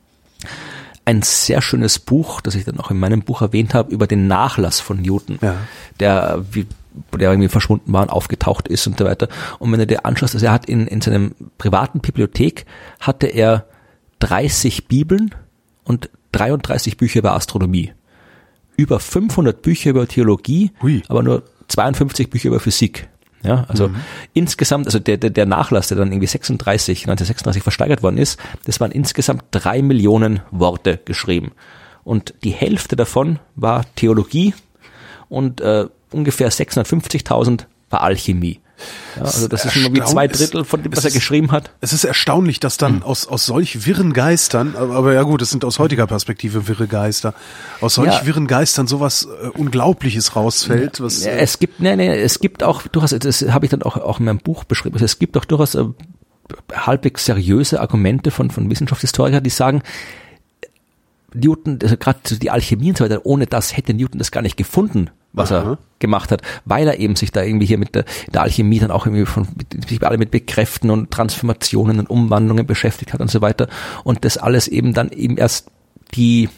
sehr schönes Buch, das ich dann auch in meinem Buch erwähnt habe, über den Nachlass von Newton, der irgendwie verschwunden war und aufgetaucht ist und so weiter. Und wenn du dir anschaust, also er hat in seinem privaten Bibliothek hatte er 30 Bibeln und 33 Bücher über Astronomie. Über 500 Bücher über Theologie, aber nur 52 Bücher über Physik. Ja, also insgesamt, also der Nachlass, der dann irgendwie 1936 versteigert worden ist, das waren insgesamt 3 Millionen Worte geschrieben. Und die Hälfte davon war Theologie und ungefähr 650.000 war Alchemie. Ja, also das ist immer wie 2/3 von dem, was er geschrieben hat. Es ist erstaunlich, dass dann aus solch wirren Geistern, aber ja gut, es sind aus heutiger Perspektive wirre Geister, aus solch wirren Geistern sowas Unglaubliches rausfällt. Was, es gibt auch, das habe ich dann auch in meinem Buch beschrieben, also es gibt auch durchaus halbwegs seriöse Argumente von Wissenschaftshistorikern, die sagen, Newton, also gerade die Alchemie und so weiter, ohne das hätte Newton das gar nicht gefunden, was er gemacht hat, weil er eben sich da irgendwie hier mit der Alchemie dann auch irgendwie sich alle mit Bekräften und Transformationen und Umwandlungen beschäftigt hat und so weiter und das alles eben dann eben erst den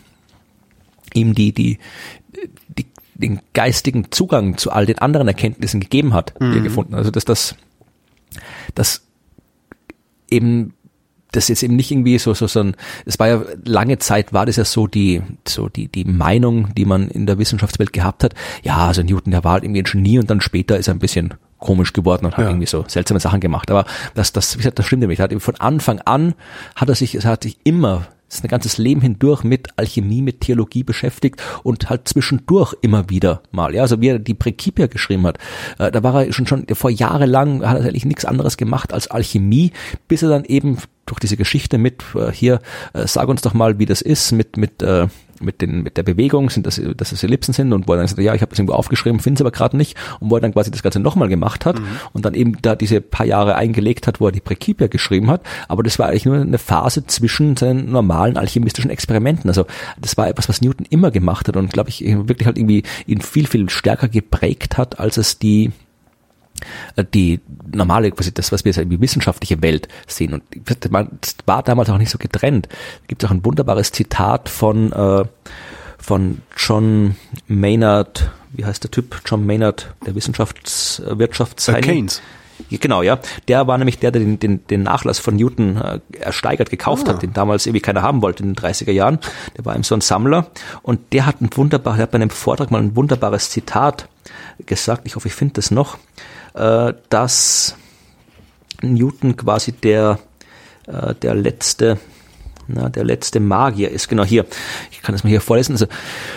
geistigen Zugang zu all den anderen Erkenntnissen gegeben hat, die er gefunden hat. Also dass das eben das jetzt eben nicht irgendwie so ein, es war ja lange Zeit war das ja so die Meinung, die man in der Wissenschaftswelt gehabt hat. Ja, also Newton, der war halt irgendwie ein Genie und dann später ist er ein bisschen komisch geworden und hat irgendwie so seltsame Sachen gemacht. Aber das stimmt nämlich. Von Anfang an hat sich immer sein ganzes Leben hindurch mit Alchemie, mit Theologie beschäftigt und halt zwischendurch immer wieder mal. Ja, also wie er die Principia geschrieben hat, da war er schon vor jahrelang, hat er eigentlich nichts anderes gemacht als Alchemie, bis er dann eben durch diese Geschichte mit sag uns doch mal, wie das ist mit der Bewegung, dass es Ellipsen sind, und wo er dann gesagt, ja, ich habe das irgendwo aufgeschrieben, finde es aber gerade nicht, und wo er dann quasi das Ganze nochmal gemacht hat und dann eben da diese paar Jahre eingelegt hat, wo er die Principia geschrieben hat, aber das war eigentlich nur eine Phase zwischen seinen normalen alchemistischen Experimenten. Also das war etwas, was Newton immer gemacht hat und, glaube ich, wirklich halt irgendwie ihn viel, viel stärker geprägt hat, als es die normale, quasi das, was wir als die wissenschaftliche Welt sehen. Und das war damals auch nicht so getrennt. Da gibt es auch ein wunderbares Zitat von John Maynard, wie heißt der Typ? John Maynard, der Wirtschaftswirtschaftsheini. Keynes. Genau, ja. Der war nämlich der den Nachlass von Newton ersteigert gekauft hat, den damals irgendwie keiner haben wollte in den 30er Jahren. Der war eben so ein Sammler, und der hat bei einem Vortrag mal ein wunderbares Zitat gesagt, ich hoffe, ich finde das noch, dass Newton quasi der letzte Magier ist. Genau, hier. Ich kann das mal hier vorlesen. Also,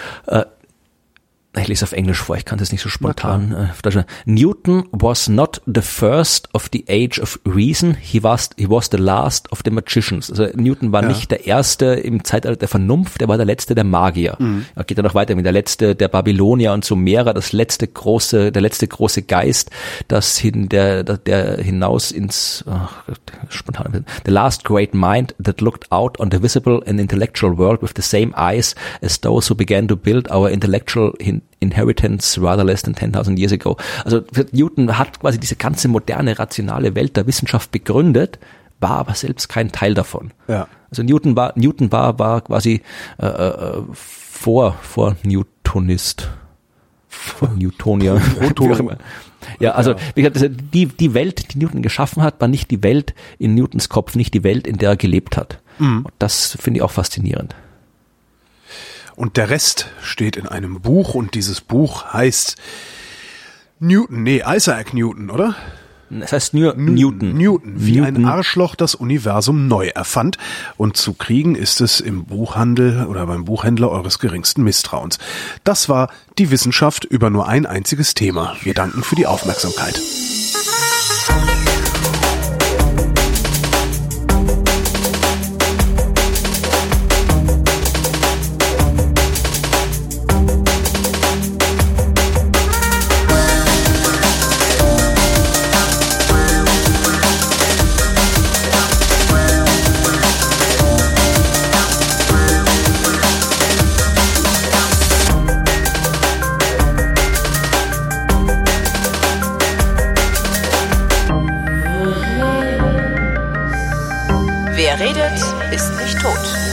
ich lese auf Englisch vor, ich kann das nicht so spontan. Newton was not the first of the age of reason, he was the last of the magicians. Also Newton war nicht der Erste im Zeitalter der Vernunft, er war der Letzte der Magier. Er geht dann noch weiter mit der Letzte der Babylonier und Sumerer, der letzte große Geist, der hinaus ins, spontan, the last great mind that looked out on the visible and intellectual world with the same eyes as those who began to build our intellectual inheritance rather less than 10,000 years ago. Also Newton hat quasi diese ganze moderne, rationale Welt der Wissenschaft begründet, war aber selbst kein Teil davon. Ja. Also Newton war quasi vor Newtonist. Vor Newtonier. Ja, also wie gesagt, die Welt, die Newton geschaffen hat, war nicht die Welt in Newtons Kopf, nicht die Welt, in der er gelebt hat. Und das finde ich auch faszinierend. Und der Rest steht in einem Buch, und dieses Buch heißt Isaac Newton, oder? Es heißt nur Newton. Wie ein Arschloch das Universum neu erfand. Und zu kriegen ist es im Buchhandel oder beim Buchhändler eures geringsten Misstrauens. Das war die Wissenschaft über nur ein einziges Thema. Wir danken für die Aufmerksamkeit. Wer redet, ist nicht tot.